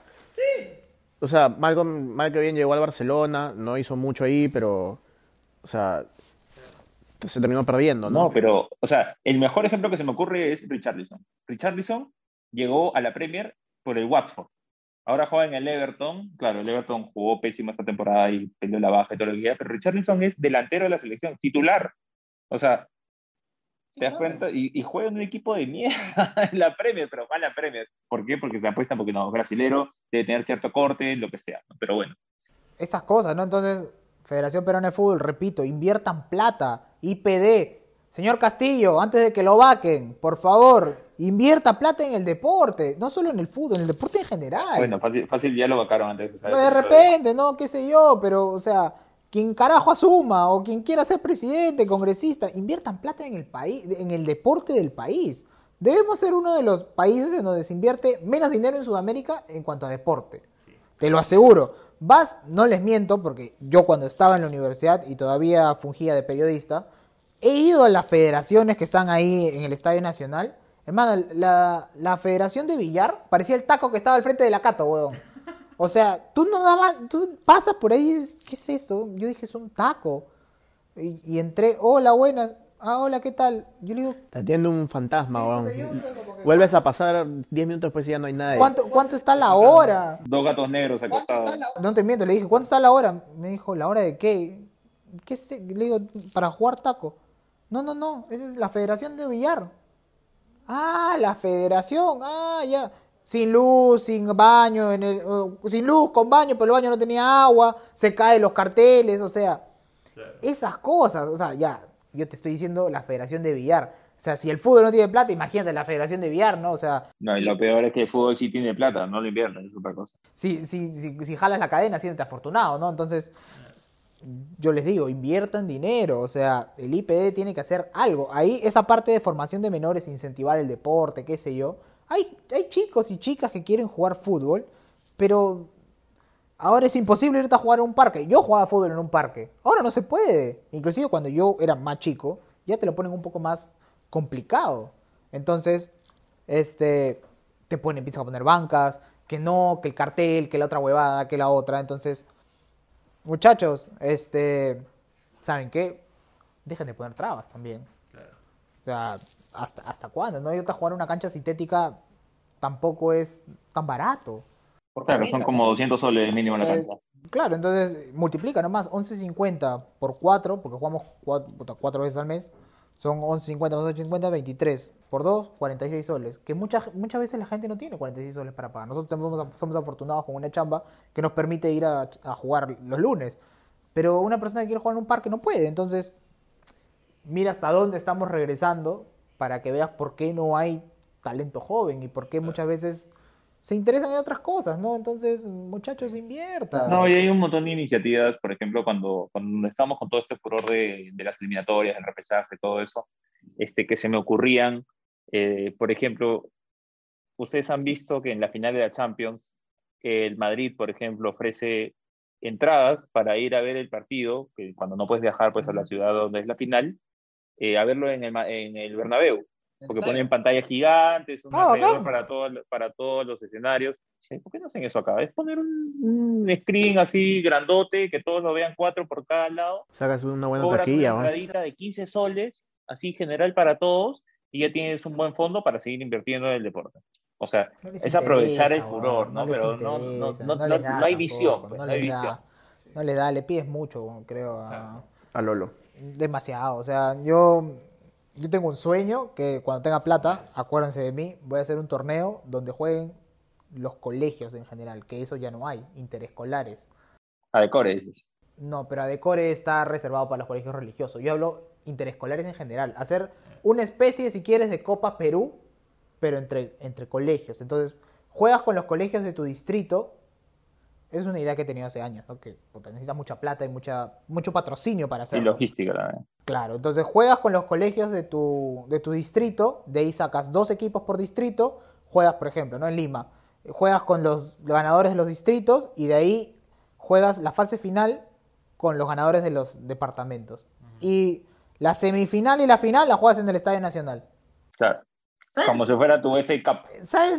o sea, Malcolm, mal que bien llegó al Barcelona, no hizo mucho ahí, pero, o sea, se terminó perdiendo, No, ¿no? pero, o sea, el mejor ejemplo que se me ocurre es Richarlison. Richarlison llegó a la Premier por el Watford. Ahora juega en el Everton. Claro, el Everton jugó pésimo esta temporada y peleó la baja y todo lo que quiera, pero Richarlison es delantero de la selección, titular. O sea, ¿te das cuenta? Y juega en un equipo de mierda en la Premier, pero va a la Premier. ¿Por qué? Porque se apuesta porque no, es brasilero, debe tener cierto corte, lo que sea, ¿no? Pero bueno. Esas cosas, ¿no? Entonces, Federación Peruana de Fútbol, repito, inviertan plata, IPD. Señor Castillo, antes de que lo vaquen, por favor, invierta plata en el deporte, no solo en el fútbol, en el deporte en general. Bueno, fácil, fácil ya lo vacaron antes de saber De ese episodio. repente, ¿no? ¿Qué sé yo? Pero, o sea, quien carajo asuma o quien quiera ser presidente, congresista, inviertan plata en el país, en el deporte del país. Debemos ser uno de los países en donde se invierte menos dinero en Sudamérica en cuanto a deporte. Te lo aseguro. Vas, no les miento, porque yo cuando estaba en la universidad y todavía fungía de periodista, he ido a las federaciones que están ahí en el Estadio Nacional. Hermano, la Federación de Billar parecía el taco que estaba al frente de la Cato, weón. O sea, tú no dabas, tú pasas por ahí y dices, ¿qué es esto? Yo dije, es un taco. Y entré, hola, buenas. Ah, hola, ¿qué tal? Yo le digo, Te atiende un fantasma, weón. puta, yo como que, Vuelves a pasar 10 minutos después y ya no hay nadie. ¿cuánto está la hora? Dos gatos negros acostados. No te miento, le dije, ¿cuánto está la hora? Me dijo, ¿la hora de qué? ¿Qué sé? Le digo, para jugar taco. No, no, es la Federación de Billar. Ah, la Federación, ah, ya. sin luz, sin baño, sin luz, con baño, pero el baño no tenía agua, se caen los carteles, o sea, esas cosas, o sea, ya, yo te estoy diciendo la Federación de Billar. O sea, si el fútbol no tiene plata, imagínate la Federación de Billar, ¿no? O sea, No, y lo peor es que el fútbol sí tiene plata, no lo invierten, es otra cosa. si jalas la cadena, siéntete afortunado, ¿no? Entonces, yo les digo, inviertan dinero, o sea, el IPD tiene que hacer algo. Ahí, esa parte de formación de menores, incentivar el deporte, qué sé yo. Hay chicos y chicas que quieren jugar fútbol, pero ahora es imposible irte a jugar en un parque. Yo jugaba fútbol en un parque, ahora no se puede. Inclusive cuando yo era más chico, ya te lo ponen un poco más complicado. Entonces, empiezan a poner bancas, que no, que el cartel, que la otra huevada, que la otra. Entonces, muchachos, ¿saben qué? Dejen de poner trabas también. Claro. O sea, ¿hasta cuándo? No irte a jugar en una cancha sintética tampoco es tan barato. Claro, son como 200 soles mínimo en la cancha. Claro, entonces multiplica nomás 11.50 por 4, porque jugamos 4 veces al mes. Son 11.50 más 8.50, 23. Por 2, 46 soles. Que muchas veces la gente no tiene 46 soles para pagar. Nosotros somos afortunados con una chamba que nos permite ir a jugar los lunes. Pero una persona que quiere jugar en un parque no puede. Entonces, mira hasta dónde estamos regresando para que veas por qué no hay talento joven y por qué muchas veces se interesan en otras cosas, ¿no? Entonces, muchachos, inviertan. No, y hay un montón de iniciativas, por ejemplo, cuando estamos con todo este furor de las eliminatorias, el repechaje, todo eso, que se me ocurrían, por ejemplo, ustedes han visto que en la final de la Champions, el Madrid, por ejemplo, ofrece entradas para ir a ver el partido, que cuando no puedes viajar pues, a la ciudad donde es la final, a verlo en el Bernabéu, porque ponen pantallas gigantes, un alrededor para todos los escenarios. ¿Por qué no hacen eso acá? Es poner un screen así grandote, que todos lo vean 4 por cada lado. Sacas una buena Cobras taquilla, una entradita de 15 soles, así general para todos, y ya tienes un buen fondo para seguir invirtiendo en el deporte. O sea, es aprovechar el furor, ¿no? Pero no hay visión, pues, no hay visión. No le da, le pides mucho, creo, a Lolo. Demasiado, o sea, yo tengo un sueño que cuando tenga plata, acuérdense de mí, voy a hacer un torneo donde jueguen los colegios en general, que eso ya no hay, interescolares. A decore, dices. No, pero Adecore está reservado para los colegios religiosos. Yo hablo interescolares en general. Hacer una especie, si quieres, de Copa Perú, pero entre colegios. Entonces, juegas con los colegios de tu distrito. Es una idea que he tenido hace años, ¿no? Que necesitas mucha plata y mucho patrocinio para hacerlo. Y logística también. Claro, entonces juegas con los colegios de tu distrito, de ahí sacas 2 equipos por distrito, juegas, por ejemplo, ¿no? En Lima, juegas con los ganadores de los distritos y de ahí juegas la fase final con los ganadores de los departamentos. Y la semifinal y la final la juegas en el Estadio Nacional. Claro. ¿Sabes? Como si fuera tu FA Cup. ¿Sabes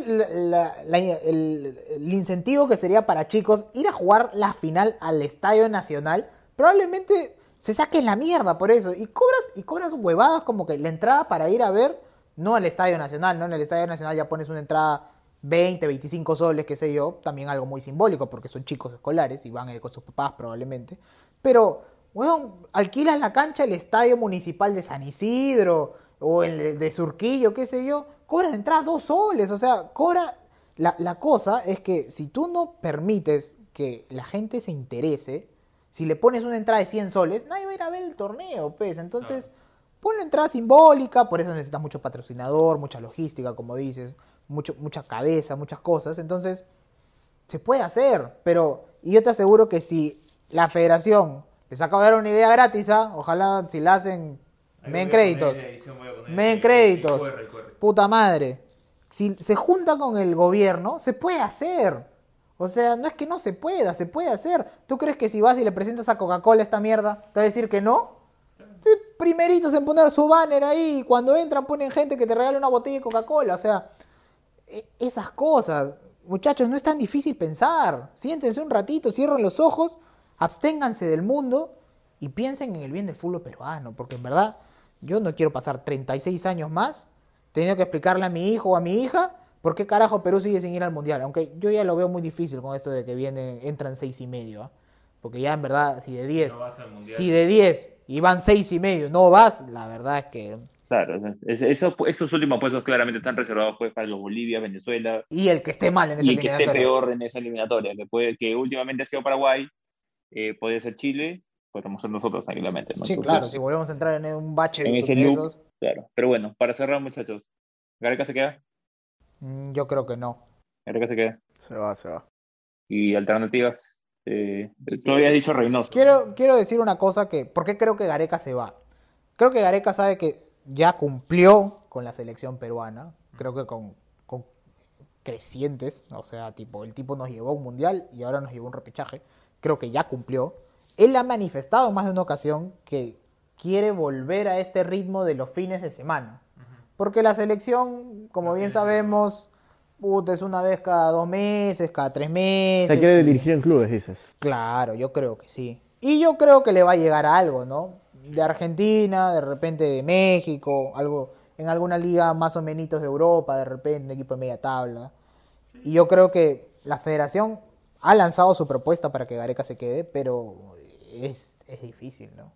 el incentivo que sería para chicos ir a jugar la final al Estadio Nacional? Probablemente se saquen la mierda por eso. Y cobras huevadas como que la entrada para ir a ver, no al Estadio Nacional, ¿no? En el Estadio Nacional ya pones una entrada 20, 25 soles, qué sé yo. También algo muy simbólico porque son chicos escolares y van a ir con sus papás probablemente. Pero, bueno, alquilas la cancha del Estadio Municipal de San Isidro o el de Surquillo, qué sé yo, cobras de entrada 2 soles, o sea, la cosa es que si tú no permites que la gente se interese, si le pones una entrada de 100 soles, nadie va a ir a ver el torneo, pues, entonces, ponle entrada simbólica, por eso necesitas mucho patrocinador, mucha logística, como dices, mucha cabeza, muchas cosas, entonces, se puede hacer, y yo te aseguro que si la federación les acaba de dar una idea gratis, ojalá si la hacen, me den créditos, puta madre. Si se junta con el gobierno, se puede hacer. O sea, no es que no se pueda, se puede hacer. ¿Tú crees que si vas y le presentas a Coca-Cola esta mierda, te va a decir que no? Primeritos en poner su banner ahí, y cuando entran ponen gente que te regala una botella de Coca-Cola. O sea, esas cosas. Muchachos, no es tan difícil pensar. Siéntense un ratito, cierren los ojos, absténganse del mundo y piensen en el bien del fútbol peruano, porque en verdad yo no quiero pasar 36 años más teniendo que explicarle a mi hijo o a mi hija por qué carajo Perú sigue sin ir al Mundial, aunque yo ya lo veo muy difícil con esto de que entran 6,5, porque ya en verdad si de 10 y van 6,5 no vas, la verdad es que Claro, esos últimos puestos claramente están reservados pues para los Bolivia, Venezuela Y el que esté mal en esa y que esté eliminatoria. peor en esa eliminatoria, que últimamente ha sido Paraguay, puede ser Chile, podemos ser nosotros tranquilamente, ¿no? Sí, claro, Entonces, si volvemos a entrar en un bache en ese de loop, esos, claro. Pero bueno, para cerrar, muchachos, Gareca se queda, yo creo que no. Gareca se queda. Se va, se va. Y alternativas, tú habías dicho Reynoso. Quiero decir una cosa que, ¿por qué creo que Gareca se va? Creo que Gareca sabe que ya cumplió con la selección peruana, creo que con crecientes, o sea, tipo, el tipo nos llevó a un mundial y ahora nos llevó a un repechaje, creo que ya cumplió. Él ha manifestado en más de una ocasión que quiere volver a este ritmo de los fines de semana, porque la selección, como bien sabemos, puta, es una vez cada 2 meses, cada 3 meses. Se quiere y- dirigir en clubes, dices. Claro, yo creo que sí. Y yo creo que le va a llegar a algo, ¿no? De Argentina, de repente de México, algo en alguna liga más o menos de Europa, de repente un equipo de media tabla. Y yo creo que la federación ha lanzado su propuesta para que Gareca se quede, pero es difícil, ¿no?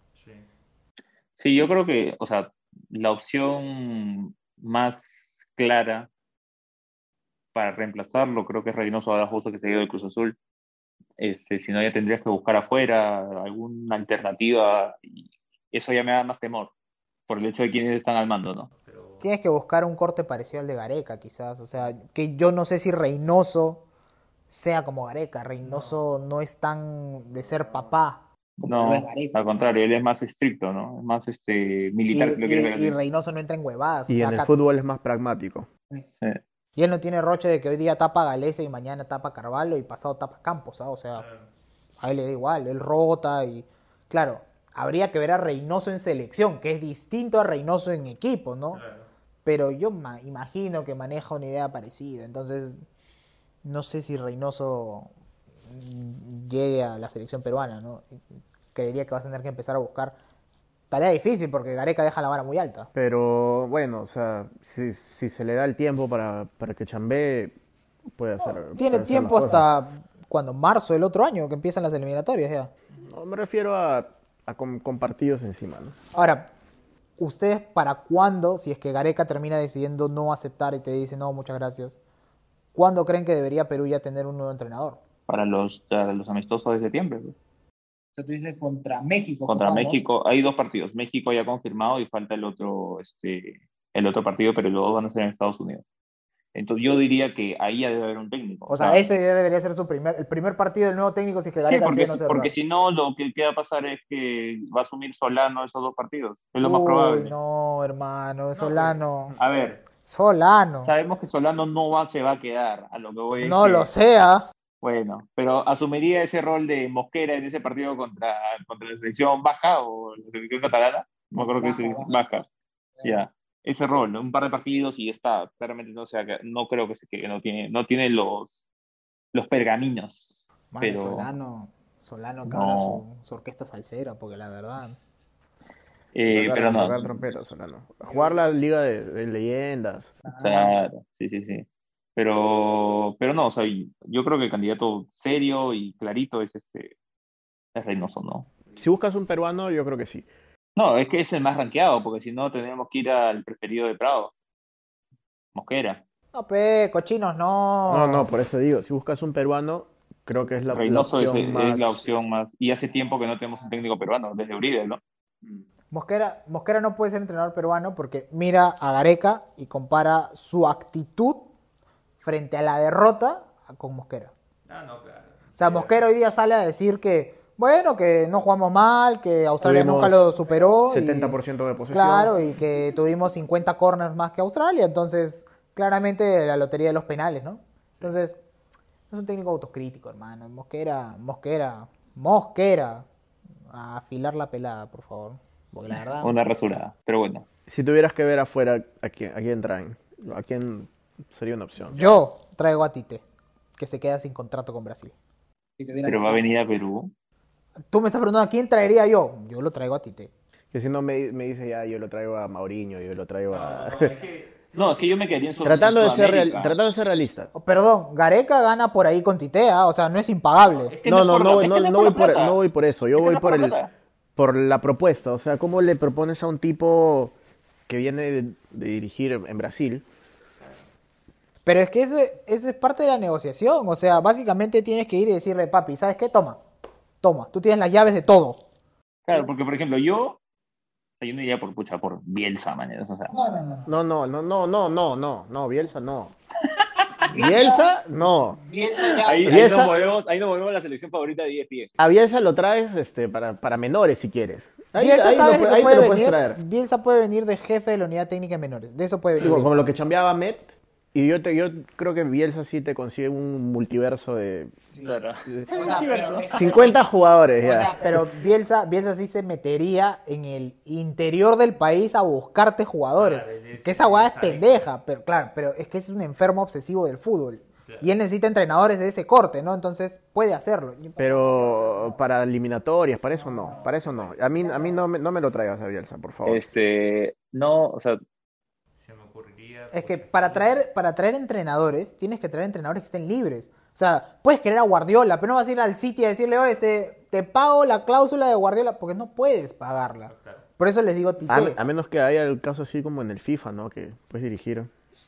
Sí, yo creo que, o sea, la opción más clara para reemplazarlo creo que es Reynoso ahora justo que se ha ido del Cruz Azul. Si no, ya tendrías que buscar afuera alguna alternativa y eso ya me da más temor por el hecho de quienes están al mando, ¿no? Tienes que buscar un corte parecido al de Gareca, quizás. O sea, que yo no sé si Reynoso sea como Gareca. Reynoso no es tan de ser papá. No, al contrario, él es más estricto, ¿no? Es más Y, militar, si lo quieres ver y así. Reynoso no entra en huevadas. O Y sea, en el acá- fútbol es más pragmático. Sí. y él no tiene roche de que hoy día tapa a Galese y mañana tapa a Carvalho y pasado tapa a Campos, ¿ah? O sea, a él le da igual, él rota y... Claro, habría que ver a Reynoso en selección, que es distinto a Reynoso en equipo, ¿no? Pero yo imagino que maneja una idea parecida, entonces no sé si Reynoso llegue a la selección peruana, ¿no? Creería que vas a tener que empezar a buscar tarea difícil porque Gareca deja la vara muy alta. Pero bueno, o sea, si se le da el tiempo para que chambee, puede hacer. Tiene puede hacer tiempo las cosas. hasta cuando marzo del otro año que empiezan las eliminatorias ya. No, me refiero con partidos encima, ¿no? Ahora, ¿ustedes para cuándo, si es que Gareca termina decidiendo no aceptar y te dice no, muchas gracias, cuándo creen que debería Perú ya tener un nuevo entrenador? Para los amistosos de septiembre, pues. Sea, tú dices contra México. Contra jugamos. México, hay 2 partidos. México ya confirmado y falta el otro partido, pero los dos van a ser en Estados Unidos. Entonces yo diría que ahí ya debe haber un técnico. O sea, ese ya debería ser el primer partido del nuevo técnico si es que Sí, Gareca porque, decide no cerrar. porque si no, lo que queda pasar es que va a asumir Solano esos 2 partidos. Es lo más probable. Uy, no, hermano, Solano. A ver, Solano. sabemos que Solano se va a quedar, a lo que voy es No que- lo sea. Bueno, pero asumiría ese rol de Mosquera en ese partido contra la selección vasca o la selección catalana. No me acuerdo que es vasca. Ya. Ese rol, ¿no? Un par de partidos y está. Claramente no creo que se quede, no tiene los pergaminos. Mano, Pero Solano que No. ahora su orquesta salsera, porque la verdad. pero no. Tocar trompeta, Solano. Jugar la liga de leyendas. Claro, sí, sí, sí. Pero no, o sea, yo creo que el candidato serio y clarito es Reynoso, ¿no? Si buscas un peruano, yo creo que sí. No, es que es el más rankeado, porque si no tenemos que ir al preferido de Prado, Mosquera. No, cochinos, No, no. por eso digo, si buscas un peruano, creo que es la Reynoso opción es más... la opción más. Y hace tiempo que no tenemos un técnico peruano, desde Uribe, ¿no? Mosquera no puede ser entrenador peruano porque mira a Gareca y compara su actitud frente a la derrota con Mosquera. Ah, no, claro. O sea, Mosquera hoy día sale a decir que, bueno, que no jugamos mal, que Australia Tuvimos nunca lo superó. 70% de posesión. Claro, y que tuvimos 50 corners más que Australia. Entonces, claramente la lotería de los penales, ¿no? Entonces, es un técnico autocrítico, hermano. Mosquera. A afilar la pelada, por favor. Porque la verdad... Una rasurada. Pero bueno, Si tuvieras que ver afuera, ¿a quién traen? ¿A quién sería una opción? Yo traigo a Tite, que se queda sin contrato con Brasil. Si tuviera pero va a venir a Perú. Tú me estás preguntando a quién traería yo. Yo lo traigo a Tite. Que si no me dice ya, yo lo traigo a Mauriño, yo lo traigo a... No, es que No, es que yo me quedaría en tratando de ser Sudamérica. realista. Oh, perdón, Gareca gana por ahí con Tite, ¿ah? O sea, no es impagable. Es que No, es por la- es que no es voy la por plata. no voy por eso, yo Es que voy no es por la plata. por la propuesta, o sea, ¿cómo le propones a un tipo que viene de dirigir en Brasil. Pero es que ese es parte de la negociación. O sea, básicamente tienes que ir y decirle, papi, ¿sabes qué? Toma, tú tienes las llaves de todo. Claro, porque por ejemplo, yo no iría por Bielsa, man. O sea, No, Bielsa no. Bielsa no. Bielsa ya. ahí Bielsa- ahí nos volvemos a la selección favorita de ESPN. A Bielsa lo traes para menores si quieres. Bielsa sabes que ahí te puede lo puedes venir. traer. Bielsa puede venir de jefe de la unidad técnica de menores. De eso puede venir. Digo, como Bielsa. lo que chambeaba Met. Y yo creo que Bielsa sí te consigue un multiverso de Claro. O sea, pero- 50 jugadores o ya. sea, Pero Bielsa sí se metería en el interior del país a buscarte jugadores. Que esa guada es pendeja, pero claro, pero es que es un enfermo obsesivo del fútbol. Y él necesita entrenadores de ese corte, ¿no? Entonces puede hacerlo. Pero para eliminatorias, para eso no. A mí no me lo traigas a Bielsa, por favor. No, o sea, Se me ocurriría. Es que para traer entrenadores, tienes que traer entrenadores que estén libres. O sea, puedes querer a Guardiola, pero no vas a ir al City a decirle, oye, te pago la cláusula de Guardiola, porque no puedes pagarla. Claro. Por eso les digo Tite. A menos que haya el caso así como en el FIFA, ¿no? Que puedes dirigir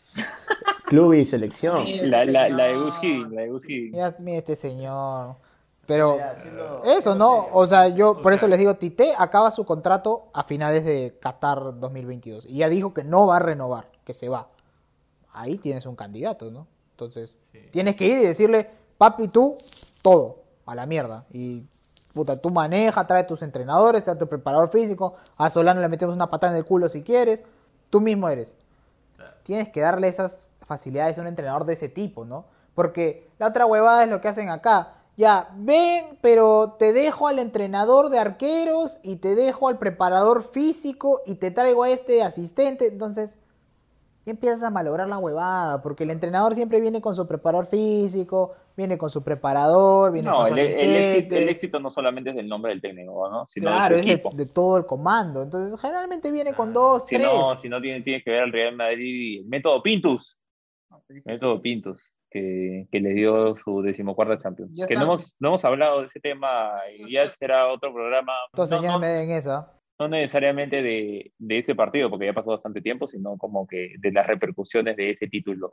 club y selección. Sí. la de Gus Hiddink. Mira este señor. Pero eso, ¿no? O sea, yo por eso les digo, Tite acaba su contrato a finales de Qatar 2022. Y ya dijo que no va a renovar, que se va. Ahí tienes un candidato, ¿no? Entonces, tienes que ir y decirle, papi, tú, todo, a la mierda. Y, puta, tú maneja, trae tus entrenadores, trae tu preparador físico. A Solano le metemos una patada en el culo si quieres. Tú mismo eres. Tienes que darle esas facilidades a un entrenador de ese tipo, ¿no? Porque la otra huevada es lo que hacen acá. Ya, ven, pero te dejo al entrenador de arqueros y te dejo al preparador físico y te traigo a este asistente. Entonces, ya empiezas a malograr la huevada, porque el entrenador siempre viene con su preparador físico, viene con su preparador, viene No, con su asistente. el éxito no solamente es del nombre del técnico, ¿no? Sino Claro, de su es equipo. de todo el comando. Entonces, generalmente viene con dos, Si tres. no tiene que ver al Real Madrid y el método Pintus. Método Pintus, que le dio su 14ª Champions. Ya Que está. no hemos hablado de ese tema y ya será otro programa. Estos No, señores no, me den esa. no necesariamente de ese partido, porque ya pasó bastante tiempo, sino como que de las repercusiones de ese título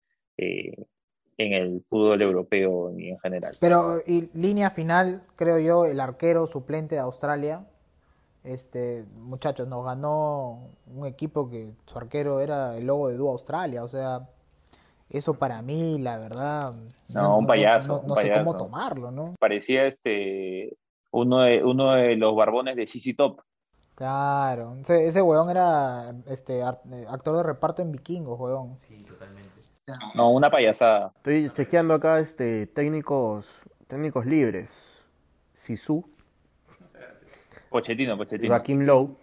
en el fútbol europeo y en general. Pero, y línea final, creo yo, el arquero suplente de Australia. Muchachos, nos ganó un equipo que su arquero era el logo de Dúo Australia. O sea, eso para mí, la verdad. No, un payaso, No un sé cómo payaso. tomarlo, ¿no? Parecía uno de los barbones de CC Top. Claro. Ese huevón era actor de reparto en Vikingos, huevón. Sí, totalmente. No, una payasada. Estoy chequeando acá técnicos libres. Sisu, Pochettino. Joaquim Low.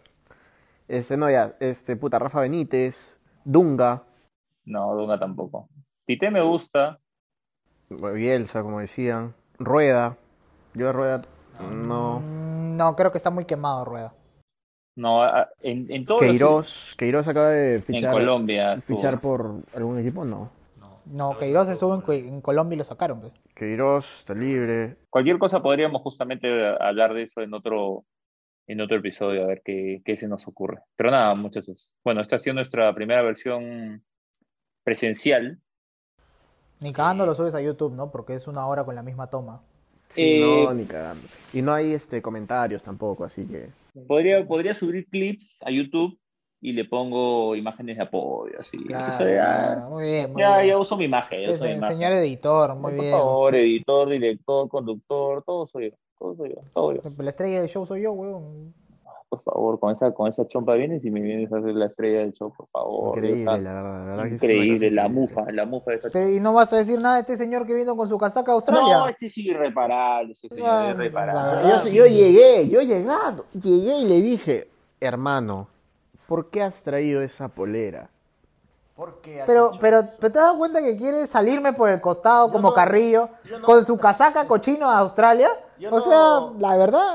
Rafa Benítez, Dunga, No, Dunga tampoco. Tite me gusta. Bielsa, como decían, Rueda. Yo de Rueda no. No, creo que está muy quemado, Rueda. No, en todos Queiroz acaba de en fichar, Colombia. estuvo. fichar por algún equipo, no. No, Queiroz estuvo en Colombia y lo sacaron, pues. Queiroz está libre. Cualquier cosa podríamos justamente hablar de eso en otro episodio, a ver qué se nos ocurre. Pero nada, muchachos. Bueno, esta ha sido nuestra primera versión presencial. Ni cagando lo subes a YouTube, ¿no? Porque es una hora con la misma toma. Sí, no, ni cagando. Y no hay comentarios tampoco, así que. Podría subir clips a YouTube y le pongo imágenes de apoyo, así. Claro, Eso ya, claro. Muy bien, muy ya, bien. ya uso mi imagen. ya uso mi imagen. Señor editor, muy Por bien. favor, editor, director, conductor, todo soy yo. Todo yo. La estrella del show soy yo, weón. Por favor, con esa chompa vienes y me vienes a hacer la estrella del show, por favor. Increíble, Dios la santo. verdad que es una Increíble, cosa la increíble. mufa de esa chompa. Y no vas a decir nada de este señor que vino con su casaca de Australia. No, ese sí irreparable, ese señor Ah, irreparable. Yo llegué y le dije, hermano, ¿por qué has traído esa polera? Pero ¿te has dado cuenta que quiere salirme por el costado como Carrillo con su casaca cochino de Australia? O sea, la verdad,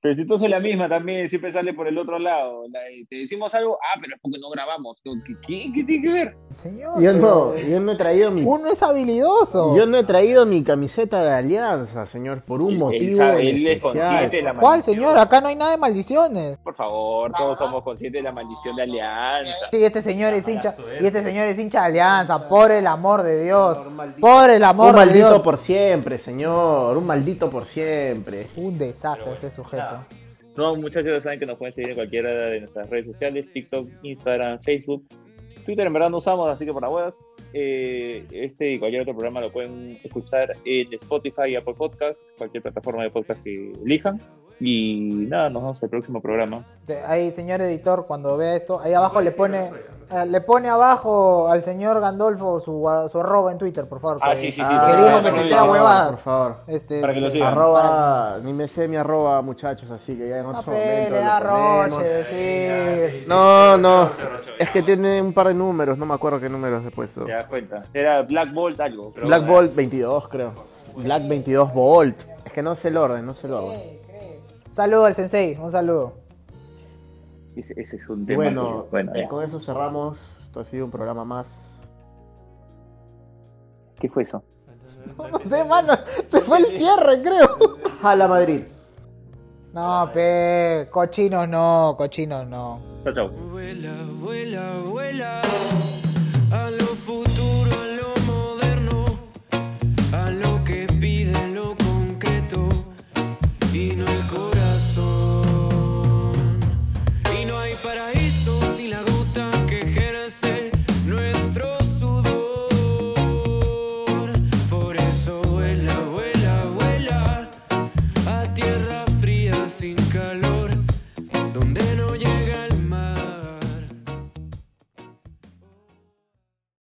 Pero si tú sos la misma también, siempre sale por el otro lado. Te decimos algo, pero es porque no grabamos. ¿Qué tiene que ver? Señor, Yo no he traído mi... uno es habilidoso. Yo no he traído mi camiseta de Alianza, señor, por un motivo Él es especial. consciente de la ¿Cuál, maldición. señor? Acá no hay nada de maldiciones. Por favor, todos somos conscientes de la maldición de Alianza. Sí, este señor es hincha. suerte. Y este señor es hincha de Alianza. Por el amor de Dios. Por el amor Un de maldito Dios. por siempre, señor. Un maldito por siempre. Un desastre este sujeto. No, muchachos, ya saben que nos pueden seguir en cualquiera de nuestras redes sociales, TikTok, Instagram, Facebook. Twitter en verdad no usamos, así que por las huevas. Este y cualquier otro programa lo pueden escuchar en Spotify y Apple Podcasts, cualquier plataforma de podcast que elijan. Y nada, nos vemos en el próximo programa. Ahí, señor editor, cuando vea esto, ahí abajo le pone abajo al señor Gandolfo su arroba en Twitter, por favor. Sí. Que dijo que te sea huevadas. Por favor. Para que lo sigan. Arroba, ni me sé mi arroba, muchachos, así que ya en otro momento Le lo da ponemos. roche, decir. No, es que tiene un par de números, no me acuerdo qué números he puesto. Te das cuenta. Era Black Bolt algo. Pero Black Bolt 22, creo. Black 22 Bolt. Es que no sé el orden, no sé el orden. Saludo al sensei, un saludo. Ese es un Y tema. bueno, Ya. con eso cerramos. Esto ha sido un programa más. ¿Qué fue eso? No sé, mano, se fue el cierre, creo. Jala Madrid. No, cochinos no. Chao, chao. Vuela, vuela, vuela. A lo